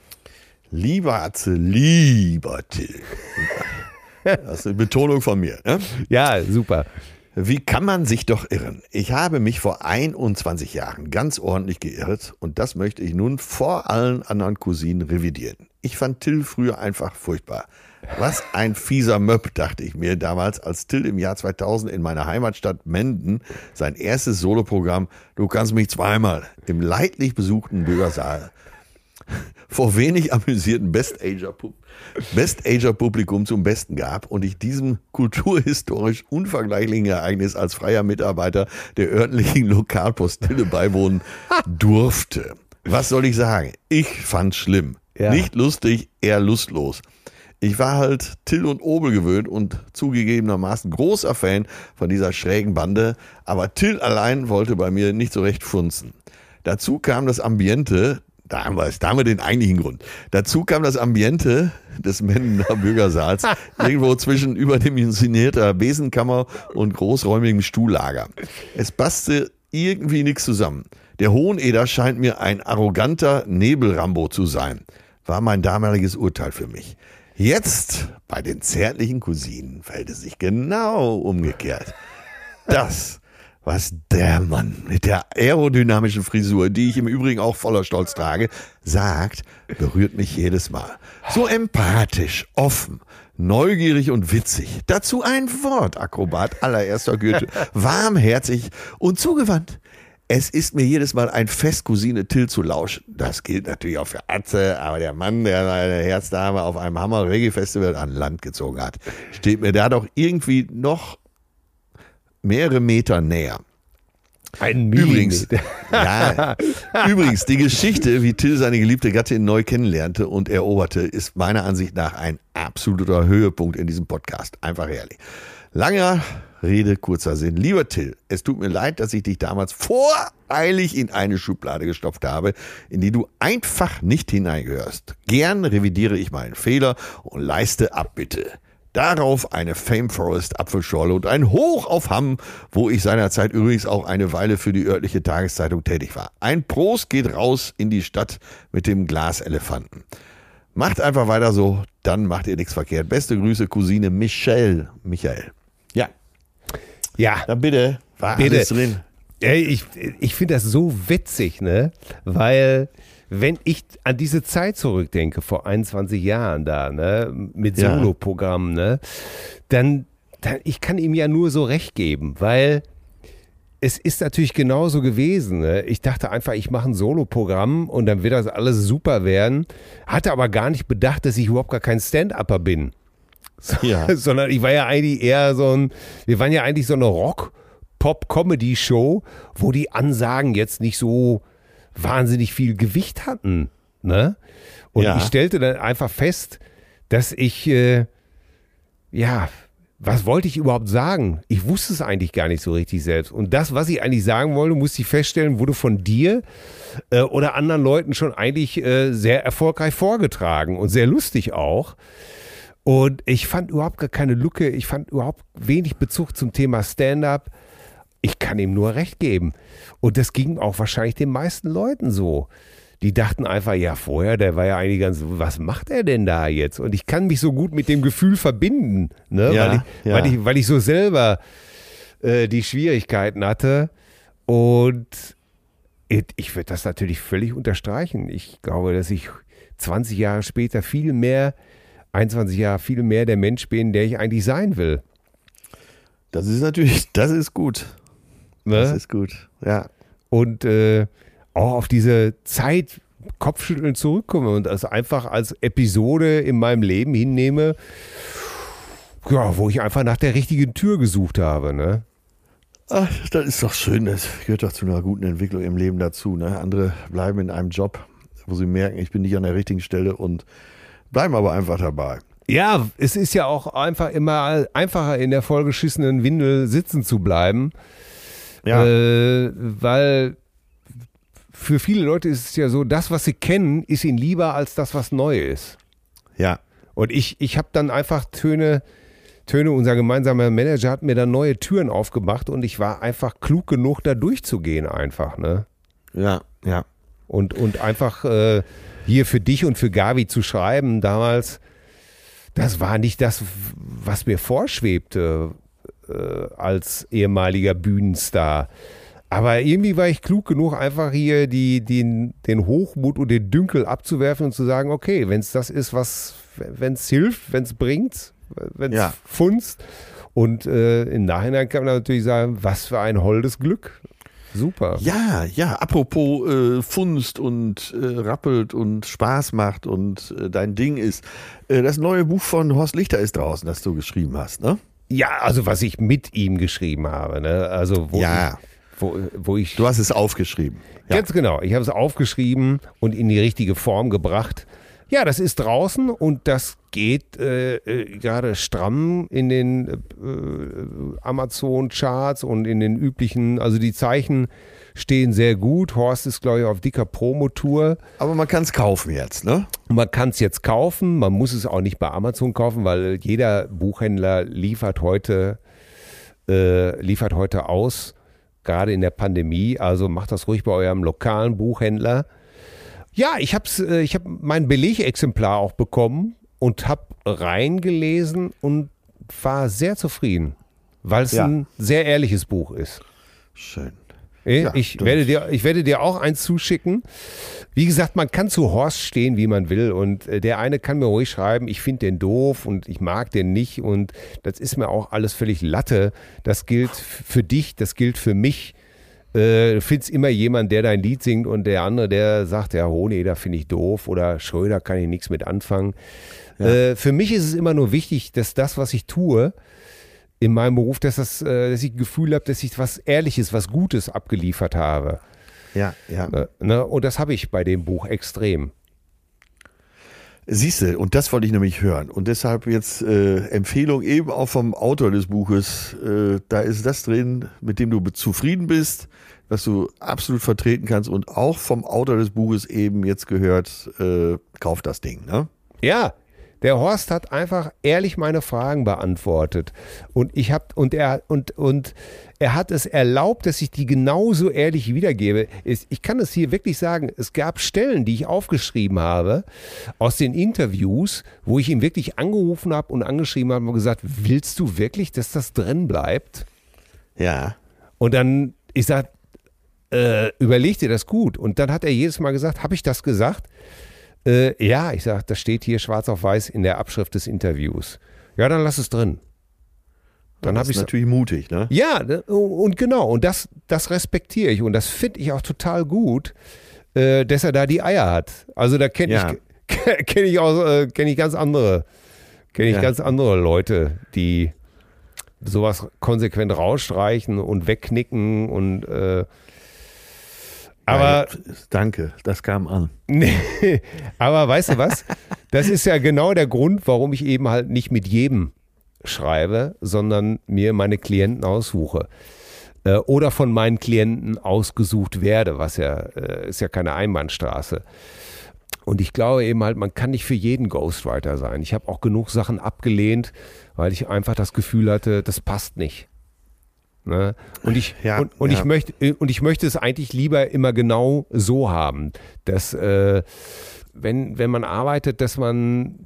Lieber Atze, lieber Till. Das ist eine Betonung von mir. Ne? Ja, super. Wie kann man sich doch irren? Ich habe mich vor einundzwanzig Jahren ganz ordentlich geirrt und das möchte ich nun vor allen anderen Cousinen revidieren. Ich fand Till früher einfach furchtbar. Was ein fieser Möb, dachte ich mir damals, als Till im Jahr zweitausend in meiner Heimatstadt Menden sein erstes Soloprogramm Du kannst mich zweimal im leidlich besuchten Bürgersaal vor wenig amüsierten Best-Ager-Publikum Best-Ager-Publikum zum Besten gab und ich diesem kulturhistorisch unvergleichlichen Ereignis als freier Mitarbeiter der örtlichen Lokalpost Tille beiwohnen durfte. Was soll ich sagen? Ich fand's schlimm. Ja. Nicht lustig, eher lustlos. Ich war halt Till und Obel gewöhnt und zugegebenermaßen großer Fan von dieser schrägen Bande, aber Till allein wollte bei mir nicht so recht funzen. Dazu kam das Ambiente, da haben wir es, da haben wir den eigentlichen Grund. Dazu kam das Ambiente des Mendener Bürgersaals, irgendwo zwischen überdimensionierter Besenkammer und großräumigem Stuhllager. Es passte irgendwie nichts zusammen. Der Hoheneder scheint mir ein arroganter Nebelrambo zu sein, war mein damaliges Urteil für mich. Jetzt, bei den zärtlichen Cousinen, verhält es sich genau umgekehrt. Das, was der Mann mit der aerodynamischen Frisur, die ich im Übrigen auch voller Stolz trage, sagt, berührt mich jedes Mal. So empathisch, offen, neugierig und witzig. Dazu ein Wortakrobat allererster Güte, warmherzig und zugewandt. Es ist mir jedes Mal ein Fest, Cousine Till zu lauschen. Das gilt natürlich auch für Atze, aber der Mann, der seine Herzdame auf einem Hammer-Reggae-Festival an Land gezogen hat, steht mir da doch irgendwie noch mehrere Meter näher. Ein Übrigens, Millimeter. ja, übrigens, die Geschichte, wie Till seine geliebte Gattin neu kennenlernte und eroberte, ist meiner Ansicht nach ein absoluter Höhepunkt in diesem Podcast. Einfach ehrlich. Langer Rede, kurzer Sinn. Lieber Till, es tut mir leid, dass ich dich damals voreilig in eine Schublade gestopft habe, in die du einfach nicht hineingehörst. Gern revidiere ich meinen Fehler und leiste Abbitte. Darauf eine Fame Forest Apfelschorle und ein Hoch auf Hamm, wo ich seinerzeit übrigens auch eine Weile für die örtliche Tageszeitung tätig war. Ein Prost geht raus in die Stadt mit dem Glaselefanten. Macht einfach weiter so, dann macht ihr nichts verkehrt. Beste Grüße, Cousine Michelle. Michael. Ja, Ja, dann bitte, war Bitte. alles drin. ey, ich, ich finde das so witzig, ne? Weil, wenn ich an diese Zeit zurückdenke, vor einundzwanzig Jahren da, ne, mit Ja. Soloprogrammen, ne, dann ich kann ihm ja nur so recht geben, weil es ist natürlich genauso gewesen. Ne? Ich dachte einfach, ich mache ein Solo-Programm und dann wird das alles super werden. Hatte aber gar nicht bedacht, dass ich überhaupt gar kein Stand-Upper bin. Ja. Sondern ich war ja eigentlich eher so ein, wir waren ja eigentlich so eine Rock-Pop-Comedy-Show, wo die Ansagen jetzt nicht so wahnsinnig viel Gewicht hatten. Ne? Und Ja. ich stellte dann einfach fest, dass ich, äh, ja, was wollte ich überhaupt sagen? Ich wusste es eigentlich gar nicht so richtig selbst. Und das, was ich eigentlich sagen wollte, musste ich feststellen, wurde von dir äh, oder anderen Leuten schon eigentlich äh, sehr erfolgreich vorgetragen und sehr lustig auch. Und ich fand überhaupt gar keine Lücke, ich fand überhaupt wenig Bezug zum Thema Stand-up. Ich kann ihm nur recht geben. Und das ging auch wahrscheinlich den meisten Leuten so. Die dachten einfach, ja vorher, der war ja eigentlich ganz, was macht er denn da jetzt? Und ich kann mich so gut mit dem Gefühl verbinden, ne? Ja, weil, ich, ja. weil, ich, weil ich so selber äh, die Schwierigkeiten hatte. Und ich, ich würde das natürlich völlig unterstreichen. Ich glaube, dass ich zwanzig Jahre später viel mehr, einundzwanzig Jahre viel mehr der Mensch bin, der ich eigentlich sein will. Das ist natürlich, das ist gut. Ne? Das ist gut, ja. Und äh, auch auf diese Zeit Kopfschütteln zurückkomme und das einfach als Episode in meinem Leben hinnehme, ja, wo ich einfach nach der richtigen Tür gesucht habe, ne? Ach, das ist doch schön, das gehört doch zu einer guten Entwicklung im Leben dazu, ne? Andere bleiben in einem Job, wo sie merken, ich bin nicht an der richtigen Stelle und bleiben aber einfach dabei. Ja, es ist ja auch einfach immer einfacher in der vollgeschissenen Windel sitzen zu bleiben, Ja. äh, weil für viele Leute ist es ja so, das, was sie kennen, ist ihnen lieber als das, was neu ist. Ja. Und ich, ich habe dann einfach Töne, Töne, unser gemeinsamer Manager hat mir dann neue Türen aufgemacht und ich war einfach klug genug, da durchzugehen einfach, ne? Ja, ja. Und, und einfach äh, hier für dich und für Gavi zu schreiben damals, das war nicht das, was mir vorschwebte äh, als ehemaliger Bühnenstar. Aber irgendwie war ich klug genug, einfach hier die, den, den Hochmut und den Dünkel abzuwerfen und zu sagen, okay, wenn es das ist, was, wenn es hilft, wenn es bringt, wenn es Ja. funzt. Und äh, im Nachhinein kann man natürlich sagen, was für ein holdes Glück. Super. Ja, ja, apropos äh, Funst und äh, rappelt und Spaß macht und äh, dein Ding ist, äh, das neue Buch von Horst Lichter ist draußen, das du geschrieben hast, ne? Ja, also was ich mit ihm geschrieben habe, ne? Also wo Ja. ich, wo, wo ich Du hast es aufgeschrieben. Ja. Ganz genau. Ich habe es aufgeschrieben und in die richtige Form gebracht. Ja, das ist draußen und das geht äh, äh, gerade stramm in den äh, Amazon-Charts und in den üblichen, also die Zeichen stehen sehr gut. Horst ist, glaube ich, auf dicker Promotour. Aber man kann es kaufen jetzt, ne? Man kann es jetzt kaufen, man muss es auch nicht bei Amazon kaufen, weil jeder Buchhändler liefert heute, äh, liefert heute aus, gerade in der Pandemie. Also macht das ruhig bei eurem lokalen Buchhändler. Ja, ich habe ich hab mein Belegexemplar auch bekommen und habe reingelesen und war sehr zufrieden, weil es Ja. ein sehr ehrliches Buch ist. Schön. Eh, Ja, ich, das- werde dir, ich werde dir auch eins zuschicken. Wie gesagt, man kann zu Horst stehen, wie man will. Und äh, der eine kann mir ruhig schreiben, ich finde den doof und ich mag den nicht. Und das ist mir auch alles völlig Latte. Das gilt f- für dich, das gilt für mich. Äh, du findest immer jemanden, der dein Lied singt und der andere, der sagt, ja, Hoheneder finde ich doof oder Schröder kann ich nichts mit anfangen. Äh, für mich ist es immer nur wichtig, dass das, was ich tue, in meinem Beruf, dass, das, äh, dass ich ein Gefühl habe, dass ich was Ehrliches, was Gutes abgeliefert habe. Ja, ja. Ne, ne? Und das habe ich bei dem Buch extrem. Siehst du, und das wollte ich nämlich hören. Und deshalb jetzt äh, Empfehlung eben auch vom Autor des Buches. Äh, da ist das drin, mit dem du be- zufrieden bist, was du absolut vertreten kannst. Und auch vom Autor des Buches eben jetzt gehört, äh, kauf das Ding, ne? Ja, der Horst hat einfach ehrlich meine Fragen beantwortet. Und ich habe und er und und er hat es erlaubt, dass ich die genauso ehrlich wiedergebe. Ich ich kann es hier wirklich sagen, es gab Stellen, die ich aufgeschrieben habe aus den Interviews, wo ich ihn wirklich angerufen habe und angeschrieben habe und gesagt, willst du wirklich, dass das drin bleibt? Ja. Und dann, ich sag, äh, überleg dir das gut. Und dann hat er jedes Mal gesagt, habe ich das gesagt? Äh, ja, ich sag, das steht hier schwarz auf weiß in der Abschrift des Interviews. Ja, dann lass es drin. Dann das habe ist ich natürlich mutig, ne? Ja, und genau, und das, das respektiere ich und das finde ich auch total gut, äh, dass er da die Eier hat. Also da kenne Ja. ich, kenn ich auch, äh, kenne ich ganz andere, kenne ich Ja. ganz andere Leute, die sowas konsequent rausstreichen und wegknicken und äh, aber Ja, danke, das kam an. nee, aber weißt du was? Das ist ja genau der Grund, warum ich eben halt nicht mit jedem schreibe, sondern mir meine Klienten aussuche. Äh, oder von meinen Klienten ausgesucht werde, was ja, äh, ist ja keine Einbahnstraße. Und ich glaube eben halt, man kann nicht für jeden Ghostwriter sein. Ich habe auch genug Sachen abgelehnt, weil ich einfach das Gefühl hatte, das passt nicht. Ne? Und, ich, Ja, und, und, ja. ich möchte, und ich möchte es eigentlich lieber immer genau so haben, dass äh, wenn, wenn man arbeitet, dass man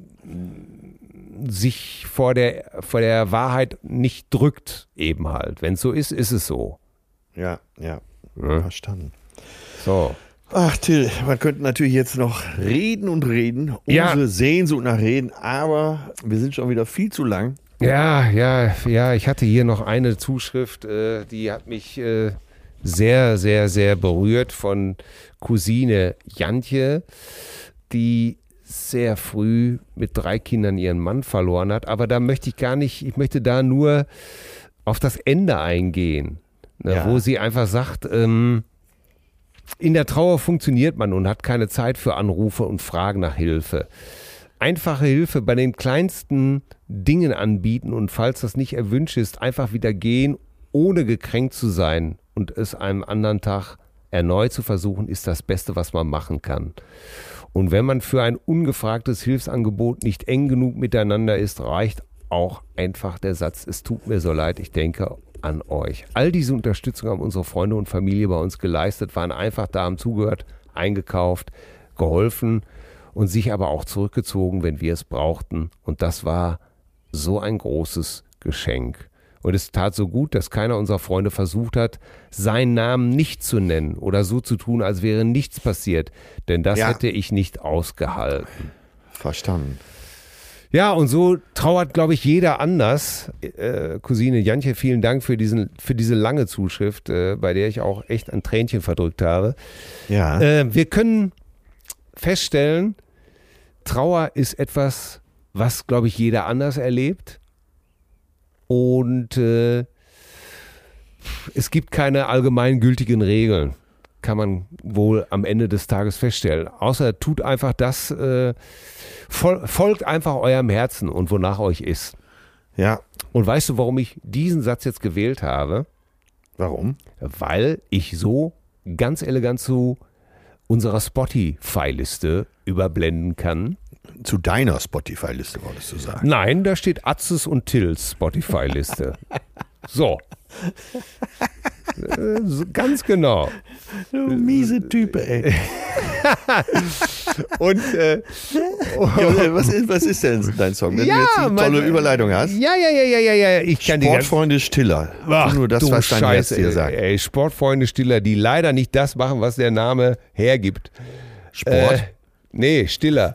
sich vor der, vor der Wahrheit nicht drückt, eben halt. Wenn es so ist, ist es so. Ja, ja, Ja. verstanden. So. Ach Till, man könnte natürlich jetzt noch reden und reden, Ja. unsere Sehnsucht nach Reden, aber wir sind schon wieder viel zu lang. Ja, ja, ja, ich hatte hier noch eine Zuschrift, äh, die hat mich äh, sehr, sehr, sehr berührt von Cousine Jantje, die sehr früh mit drei Kindern ihren Mann verloren hat. Aber da möchte ich gar nicht, ich möchte da nur auf das Ende eingehen, ne, Ja. wo sie einfach sagt, ähm, in der Trauer funktioniert man und hat keine Zeit für Anrufe und Fragen nach Hilfe. Einfache Hilfe bei den kleinsten Dingen anbieten und falls das nicht erwünscht ist, einfach wieder gehen, ohne gekränkt zu sein und es einem anderen Tag erneut zu versuchen, ist das Beste, was man machen kann. Und wenn man für ein ungefragtes Hilfsangebot nicht eng genug miteinander ist, reicht auch einfach der Satz, es tut mir so leid, ich denke an euch. All diese Unterstützung haben unsere Freunde und Familie bei uns geleistet, waren einfach da, haben zugehört, eingekauft, geholfen und sich aber auch zurückgezogen, wenn wir es brauchten. Und das war so ein großes Geschenk. Und es tat so gut, dass keiner unserer Freunde versucht hat, seinen Namen nicht zu nennen oder so zu tun, als wäre nichts passiert. Denn das Ja. hätte ich nicht ausgehalten. Verstanden. Ja, und so trauert, glaube ich, jeder anders. Äh, Cousine Jantje, vielen Dank für, diesen, für diese lange Zuschrift, äh, bei der ich auch echt ein Tränchen verdrückt habe. Ja. Äh, wir können feststellen, Trauer ist etwas, was, glaube ich, jeder anders erlebt. Und äh, es gibt keine allgemeingültigen Regeln, kann man wohl am Ende des Tages feststellen. Außer tut einfach das, äh, fol- folgt einfach eurem Herzen und wonach euch ist. Ja. Und weißt du, warum ich diesen Satz jetzt gewählt habe? Warum? Weil ich so ganz elegant zu unserer Spotify-Liste überblenden kann. Zu deiner Spotify-Liste wolltest du sagen. Nein, da steht Atzes und Tills Spotify-Liste. So. Äh, so. Ganz genau. Du miese Type, ey. Und äh, Ja, was, ist, was ist denn dein Song, wenn Ja, du jetzt eine tolle mein- Überleitung hast? ja, ja, ja, ja, ja, ja. Ich kann die ganz- Sportfreunde Stiller. Ach, Nur das, du was dein Herz Scheiße, dir sagt. Ey, Sportfreunde Stiller, die leider nicht das machen, was der Name hergibt. Sport. Äh, nee, Stiller.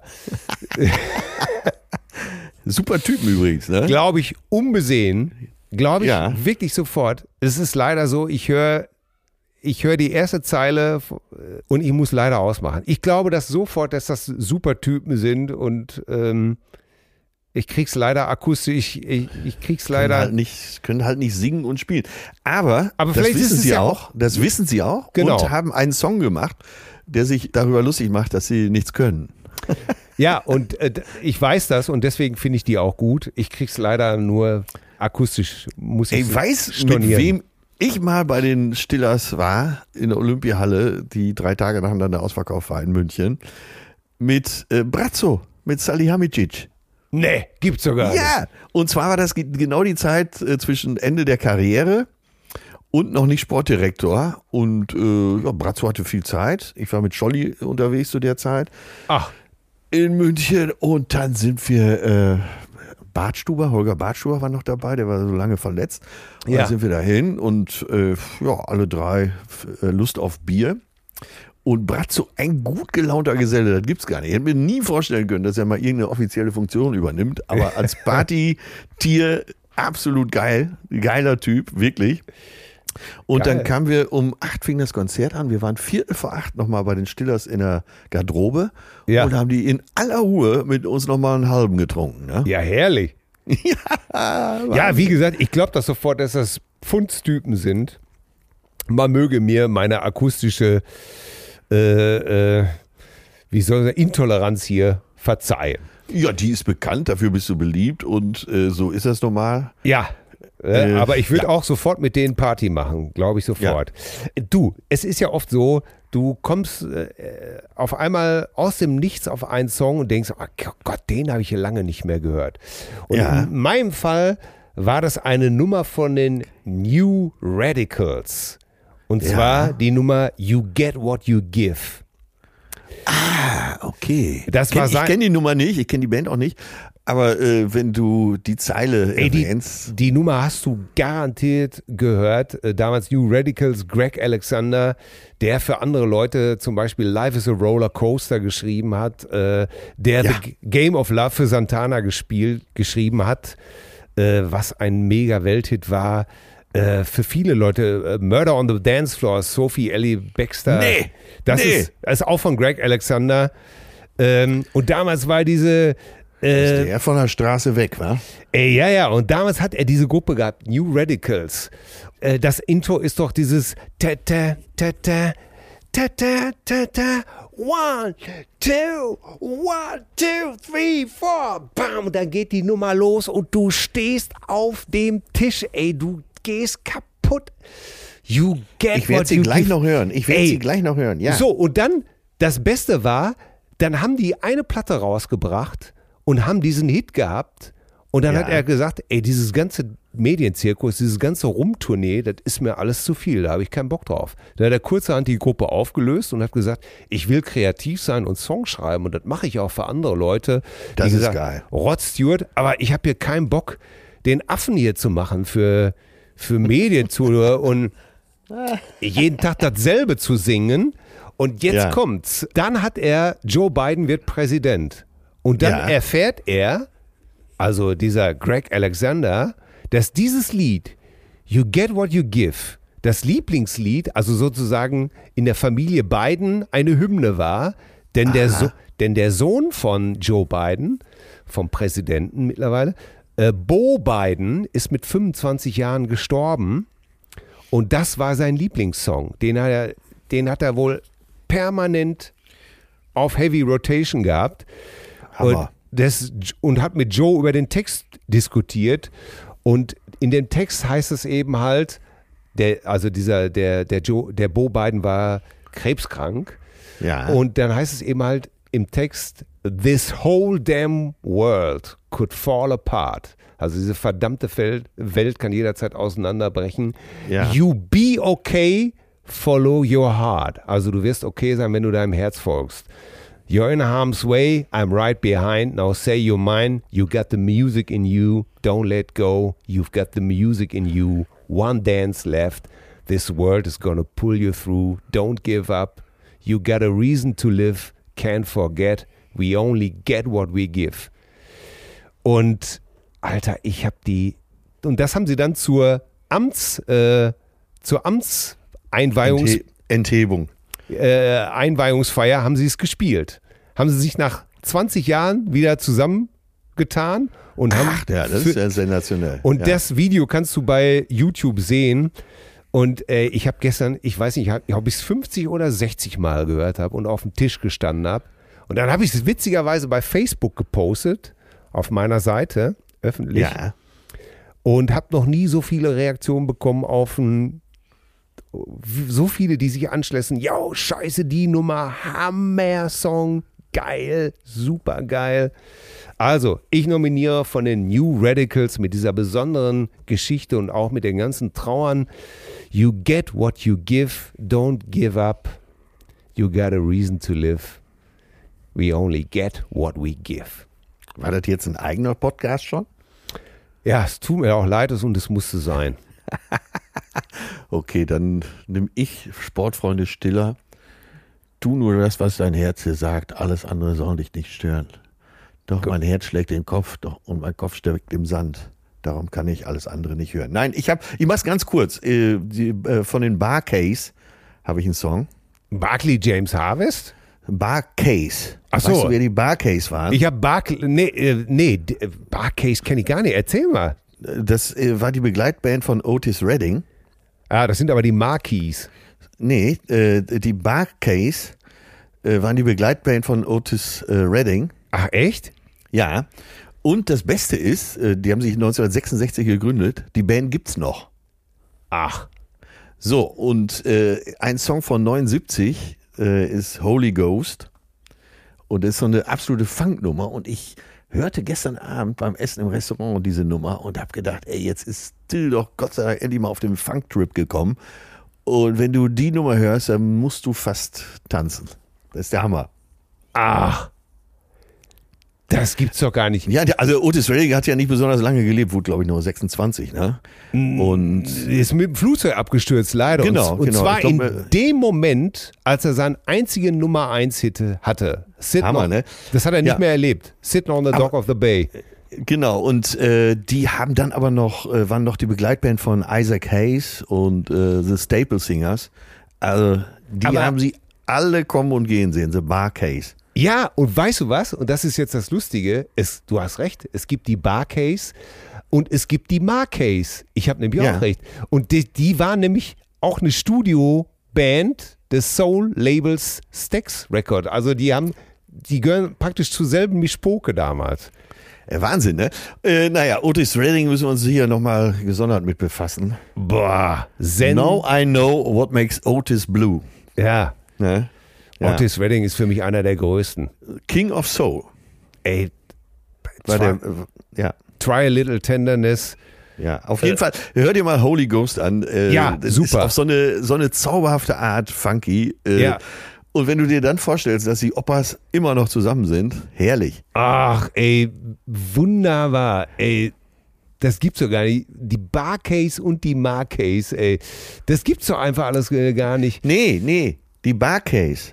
Super Typen übrigens, ne? Glaube ich, unbesehen, glaube ich Ja. wirklich sofort. Es ist leider so, ich höre ich höre die erste Zeile und ich muss leider ausmachen. Ich glaube das sofort, dass das super Typen sind und ähm, ich krieg's leider akustisch, ich, ich krieg's Können leider. halt, nicht, können halt nicht singen und spielen. Aber, Aber das vielleicht ist wissen es sie ja auch. Das wissen sie auch. Genau. Und haben einen Song gemacht, der sich darüber lustig macht, dass sie nichts können. Ja, und äh, ich weiß das und deswegen finde ich die auch gut. Ich krieg's leider nur akustisch, muss ich Ey, weiß, mit stornieren. wem ich mal bei den Stillers war, in der Olympiahalle, die drei Tage nacheinander ausverkauft war in München, mit äh, Brazzo, mit Salihamidzic. Nee, gibt's sogar nicht. Ja, und zwar war das ge- genau die Zeit äh, zwischen Ende der Karriere und noch nicht Sportdirektor. Und äh, ja, Brazzo hatte viel Zeit. Ich war mit Scholli unterwegs zu der Zeit Ach, in München. Und dann sind wir, äh, Bartstuber, Holger Bartstuber war noch dabei, der war so lange verletzt. Und Ja. dann sind wir dahin und äh, ja, alle drei äh, Lust auf Bier. Und Brazzo, ein gut gelaunter Geselle, das gibt's gar nicht. Ich hätte mir nie vorstellen können, dass er mal irgendeine offizielle Funktion übernimmt. Aber als Partytier absolut geil, geiler Typ, wirklich. Und Geil. dann kamen wir um acht, fing das Konzert an. Wir waren Viertel vor acht nochmal bei den Stillers in der Garderobe Ja. und haben die in aller Ruhe mit uns nochmal einen halben getrunken. Ne? Ja, herrlich. Ja, Ja, wie gesagt, ich glaube das sofort, dass das Pfundstypen sind. Man möge mir meine akustische äh, äh, wie soll ich sagen, Intoleranz hier verzeihen. ja, die ist bekannt, dafür bist du beliebt und äh, so ist das normal. Ja, äh, Äh, aber ich würde ja. auch sofort mit denen Party machen, glaube ich sofort. Du, es ist ja oft so, du kommst äh, auf einmal aus dem Nichts auf einen Song und denkst, oh Gott, den habe ich hier lange nicht mehr gehört. Und Ja. in meinem Fall war das eine Nummer von den New Radicals. Und Ja. zwar die Nummer You Get What You Give. Ah, okay. Das Kenn, war ich sein- kenne die Nummer nicht, ich kenne die Band auch nicht, aber äh, wenn du die Zeile Ey, die, erwähnst. die Nummer hast du garantiert gehört. Äh, Damals New Radicals, Greg Alexander, der für andere Leute zum Beispiel Life is a Roller Coaster geschrieben hat, äh, der Ja. The Game of Love für Santana gespielt, geschrieben hat, äh, was ein mega Welthit war. Äh, für viele Leute, äh, Murder on the Dance Floor, Sophie Ellie Baxter. Nee, das, nee. Ist, das ist auch von Greg Alexander. Ähm, und damals war diese äh, Ist der von der Straße weg, wa? Ey, ja, ja, und damals hat er diese Gruppe gehabt, New Radicals. Äh, das Intro ist doch dieses ta ta ta ta ta ta ta ta one, two, one, two, three, four, bam, und dann geht die Nummer los und du stehst auf dem Tisch, ey, du gehst kaputt. You get Ich werde what sie you gleich give. noch hören. Ich werde Ey. sie gleich noch hören, ja. So, und dann, das Beste war, dann haben die eine Platte rausgebracht und haben diesen Hit gehabt. Und dann Ja. hat er gesagt, ey, dieses ganze Medienzirkus, dieses ganze Rumtournee, das ist mir alles zu viel, da habe ich keinen Bock drauf. Da hat er kurzerhand die Gruppe aufgelöst und hat gesagt, ich will kreativ sein und Songs schreiben und das mache ich auch für andere Leute. Das Wie ist gesagt, geil. Rod Stewart, aber ich habe hier keinen Bock, den Affen hier zu machen für, für Medien zu und jeden Tag dasselbe zu singen. Und jetzt Ja. kommt's. Dann hat er, Joe Biden wird Präsident. Und dann Ja. erfährt er, also dieser Greg Alexander, dass dieses Lied, You Get What You Give, das Lieblingslied, also sozusagen in der Familie Biden eine Hymne war, denn der, so denn der Sohn von Joe Biden, vom Präsidenten mittlerweile, äh, Bo Biden, ist mit fünfundzwanzig Jahren gestorben und das war sein Lieblingssong. Den hat er, den hat er wohl permanent auf Heavy Rotation gehabt. Hammer. Und, das, und hat mit Joe über den Text diskutiert. Und in dem Text heißt es eben halt, der, also dieser, der, der Joe, der Bo Biden war krebskrank. Ja. Und dann heißt es eben halt im Text, this whole damn world could fall apart. Also diese verdammte Welt, Welt kann jederzeit auseinanderbrechen. Ja. You be okay, follow your heart. Also du wirst okay sein, wenn du deinem Herz folgst. You're in harm's way, I'm right behind. Now say you're mine. You got the music in you. Don't let go. You've got the music in you. One dance left. This world is gonna pull you through. Don't give up. You got a reason to live. Can't forget. We only get what we give. Und Alter, ich hab die. Und das haben sie dann zur Amts, äh, zur Amtseinweihungs. Ente- Enthebung. Äh, Einweihungsfeier haben sie es gespielt. Haben sie sich nach zwanzig Jahren wieder zusammengetan und haben. Ach, ja, das für- ist ja sensationell. und ja. das Video kannst du bei YouTube sehen. Und äh, ich habe gestern, ich weiß nicht, ob ich es fünfzig oder sechzig Mal gehört habe und auf dem Tisch gestanden habe. Und dann habe ich es witzigerweise bei Facebook gepostet, auf meiner Seite, öffentlich. Ja. Und habe noch nie so viele Reaktionen bekommen auf ein, so viele, die sich anschließen. Yo, scheiße, die Nummer, Hammer-Song, geil, super geil. Also, ich nominiere von den New Radicals mit dieser besonderen Geschichte und auch mit den ganzen Trauern. You get what you give, don't give up. You got a reason to live. We only get what we give. War das jetzt ein eigener Podcast schon? Ja, es tut mir auch leid und es musste sein. Okay, dann nimm ich, Sportfreunde Stiller. Tu nur das, was dein Herz dir sagt. Alles andere soll dich nicht stören. Doch mein Herz schlägt den Kopf doch, und mein Kopf steckt im Sand. Darum kann ich alles andere nicht hören. Nein, ich habe, ich mach's ganz kurz. Äh, die, äh, von den Bar-Case habe ich einen Song. Barclay James Harvest? Bar-Case. Ach so. Weißt du, wer die Bar-Case waren? Ich habe Barclay, nee, äh, nee, Bar-Case kenne ich gar nicht. Erzähl mal. Das äh, war die Begleitband von Otis Redding. Ah, das sind aber die Marquis. Nee, äh, die Bar-Case äh, waren die Begleitband von Otis äh, Redding. Ach, echt? Ja. Und das Beste ist, äh, die haben sich neunzehnhundertsechsundsechzig gegründet. Die Band gibt's noch. Ach. So, und äh, ein Song von neunundsiebzig äh, ist Holy Ghost. Und das ist so eine absolute Funknummer. Und ich hörte gestern Abend beim Essen im Restaurant diese Nummer und habe gedacht, ey, jetzt ist Till doch Gott sei Dank endlich mal auf den Funk-Trip gekommen. Und wenn du die Nummer hörst, dann musst du fast tanzen. Das ist der Hammer. Ach. Das gibt's doch gar nicht. Ja, der, also Otis Redding hat ja nicht besonders lange gelebt, wurde glaube ich nur sechsundzwanzig, ne? Und ist mit dem Flugzeug abgestürzt, leider. Genau, und, und genau. zwar Ich glaub, in dem Moment, als er seinen einzigen Nummer eins Hit hatte. Sitting Hammer, on, ne? Das hat er nicht Ja. mehr erlebt. Sitting on the Dock of the Bay. genau, und äh, die haben dann aber noch, äh, waren noch die Begleitband von Isaac Hayes und äh, The Staple Singers. Also die Aber- haben sie alle kommen und gehen sehen, The Bar-Case. Ja, und weißt du was? Und das ist jetzt das Lustige. Es, du hast recht. Es gibt die Bar-Case und es gibt die Marcase. Ich habe nämlich Ja. auch recht. Und die, die war nämlich auch eine Studio-Band des Soul-Labels Stax Record. Also die haben, die gehören praktisch zur selben Mischpoke damals. Äh, Wahnsinn, ne? Äh, naja, Otis Redding müssen wir uns hier nochmal gesondert mit befassen. Boah, Zen. Now I know what makes Otis blue. Ja. Ne? Ja. Otis Redding ist für mich einer der größten. King of Soul. Ey, War try, der, äh, ja. try a Little Tenderness. Ja, auf jeden Fall. Hör dir mal Holy Ghost an. Äh, Ja, das super. Ist auf so eine, so eine zauberhafte Art funky. Äh, Ja. Und wenn du dir dann vorstellst, dass die Opas immer noch zusammen sind, herrlich. Ach, ey, wunderbar. Ey, das gibt's doch gar nicht. Die Bar-Case und die Marcase, ey. Das gibt's doch einfach alles äh, gar nicht. Nee, nee, die Bar-Case.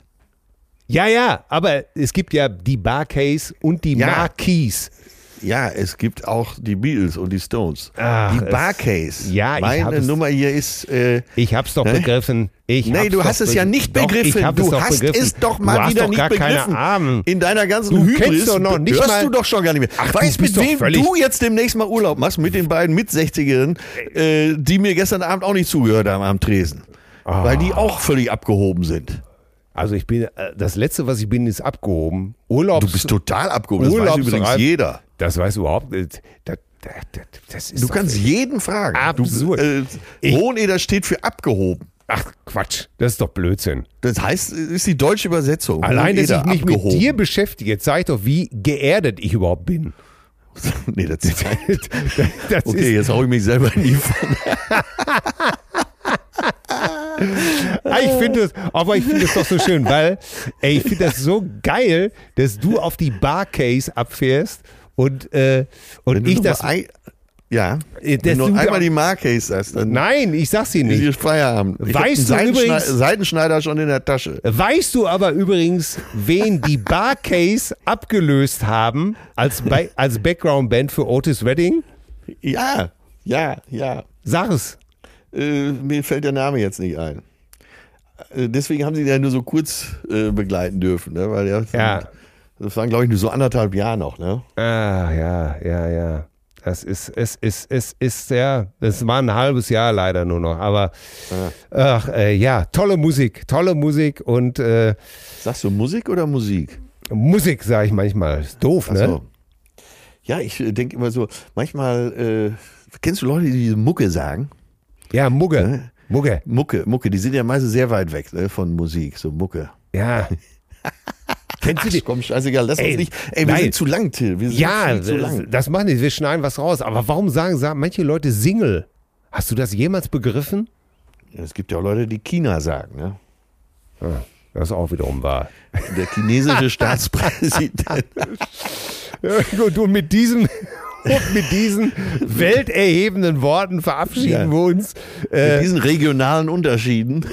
Ja, ja, aber es gibt ja die Bar-Case und die Ja. Marquis. Ja, es gibt auch die Beatles und die Stones. Ach, die es- Bar-Case. Ja, ich hab Meine es- Nummer hier ist... Äh, Ich hab's doch Ne? begriffen. Ich nee, hab's du doch hast es be- ja nicht Doch, begriffen. ich hab du es doch hast begriffen. es doch Du mal hast wieder doch nicht gar keine begriffen. Ahnung. In deiner ganzen Du Hybris kennst doch noch nicht hörst mal- du doch schon gar nicht mehr. Ach, du weißt bist mit doch wem völlig- du jetzt demnächst mal Urlaub machst? Mit den beiden Mitsechzigeren, äh, die mir gestern Abend auch nicht zugehört haben am Tresen. Ah. Weil die auch völlig abgehoben sind. Also ich bin, äh, das letzte, was ich bin, ist abgehoben. Urlaubs, Du bist total abgehoben. Das weiß Urlaubsreif- übrigens jeder. Das weiß überhaupt nicht. Das, das, das, das ist Du doch- kannst jeden fragen. Absurd. Du, äh, Ich- Hoheneder steht für abgehoben. Ach, Quatsch. Das ist doch Blödsinn. Das heißt, es ist die deutsche Übersetzung. Allein, dass ich Hoheneder, mich abgehoben. mit dir beschäftige, jetzt zeigt doch, wie geerdet ich überhaupt bin. Nee, das ist Das okay, ist, jetzt hau ich mich selber in die Pfanne. Ah, ich finde es, aber ich finde es doch so schön, weil, ey, ich finde das so geil, dass du auf die Barcase abfährst und, äh, und Wenn du ich noch das. mal ein, ja, Äh, wenn das du du einmal da- die Marcase sagst, dann Nein, ich sag's dir ist nicht. hier Feierabend. Ich hab Weißt einen du Seitenschnei- übrigens- Seitenschneider schon in der Tasche. Weißt du aber übrigens, wen die Barcase abgelöst haben als, Ba- als Background-Band für Otis Redding? Ja, ja, ja. Sag es. Äh, mir fällt der Name jetzt nicht ein. Äh, deswegen haben sie ja nur so kurz äh, begleiten dürfen, ne? Weil ja, Ja. das waren, glaube ich, nur so anderthalb Jahre noch, ne? Ah, ja, ja, ja. Das ist, es ist, es ist, ja, es war ein halbes Jahr leider nur noch, aber ach, äh, ja, tolle Musik, tolle Musik und äh, Sagst du Musik oder Musik? Musik, sage ich manchmal. Ist doof, Ach ne? so. Ja, ich äh, denke immer so, manchmal, äh, kennst du Leute, die diese Mucke sagen? Ja, Mugge. Ne? Mugge. Mucke, Mucke, die sind ja meistens sehr weit weg, ne, von Musik, so Mucke. Ja. Kennst du Ach, die? komm, scheißegal, lass Ey, uns nicht. Ey, wir nein. sind zu lang, Till. Wir sind Ja, viel zu das, lang. das machen die. Wir schneiden was raus. Aber warum sagen, sagen manche Leute Single? Hast du das jemals begriffen? Es gibt ja auch Leute, die China sagen, ne? Ah, das ist auch wiederum wahr. Der chinesische Staatspräsident. Ja, gut, und mit diesem, und mit diesen welterhebenden Worten verabschieden Ja. wir uns. Mit Äh, diesen regionalen Unterschieden.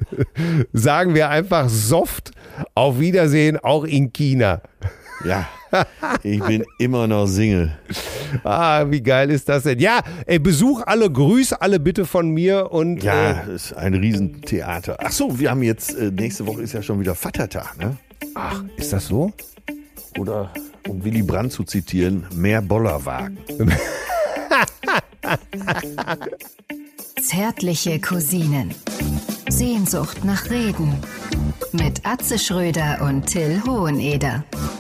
sagen wir einfach soft auf Wiedersehen, auch in China. Ja, Ich bin immer noch Single. Ah, wie geil ist das denn? Ja, ey, besuch alle, grüß alle bitte von mir und. Ja, äh, ist ein Riesentheater. Ach so, wir haben jetzt, äh, nächste Woche ist ja schon wieder Vatertag, ne? Ach, ist das so? Oder, um Willy Brandt zu zitieren, mehr Bollerwagen. Zärtliche Cousinen. Sehnsucht nach Reden. Mit Atze Schröder und Till Hoheneder.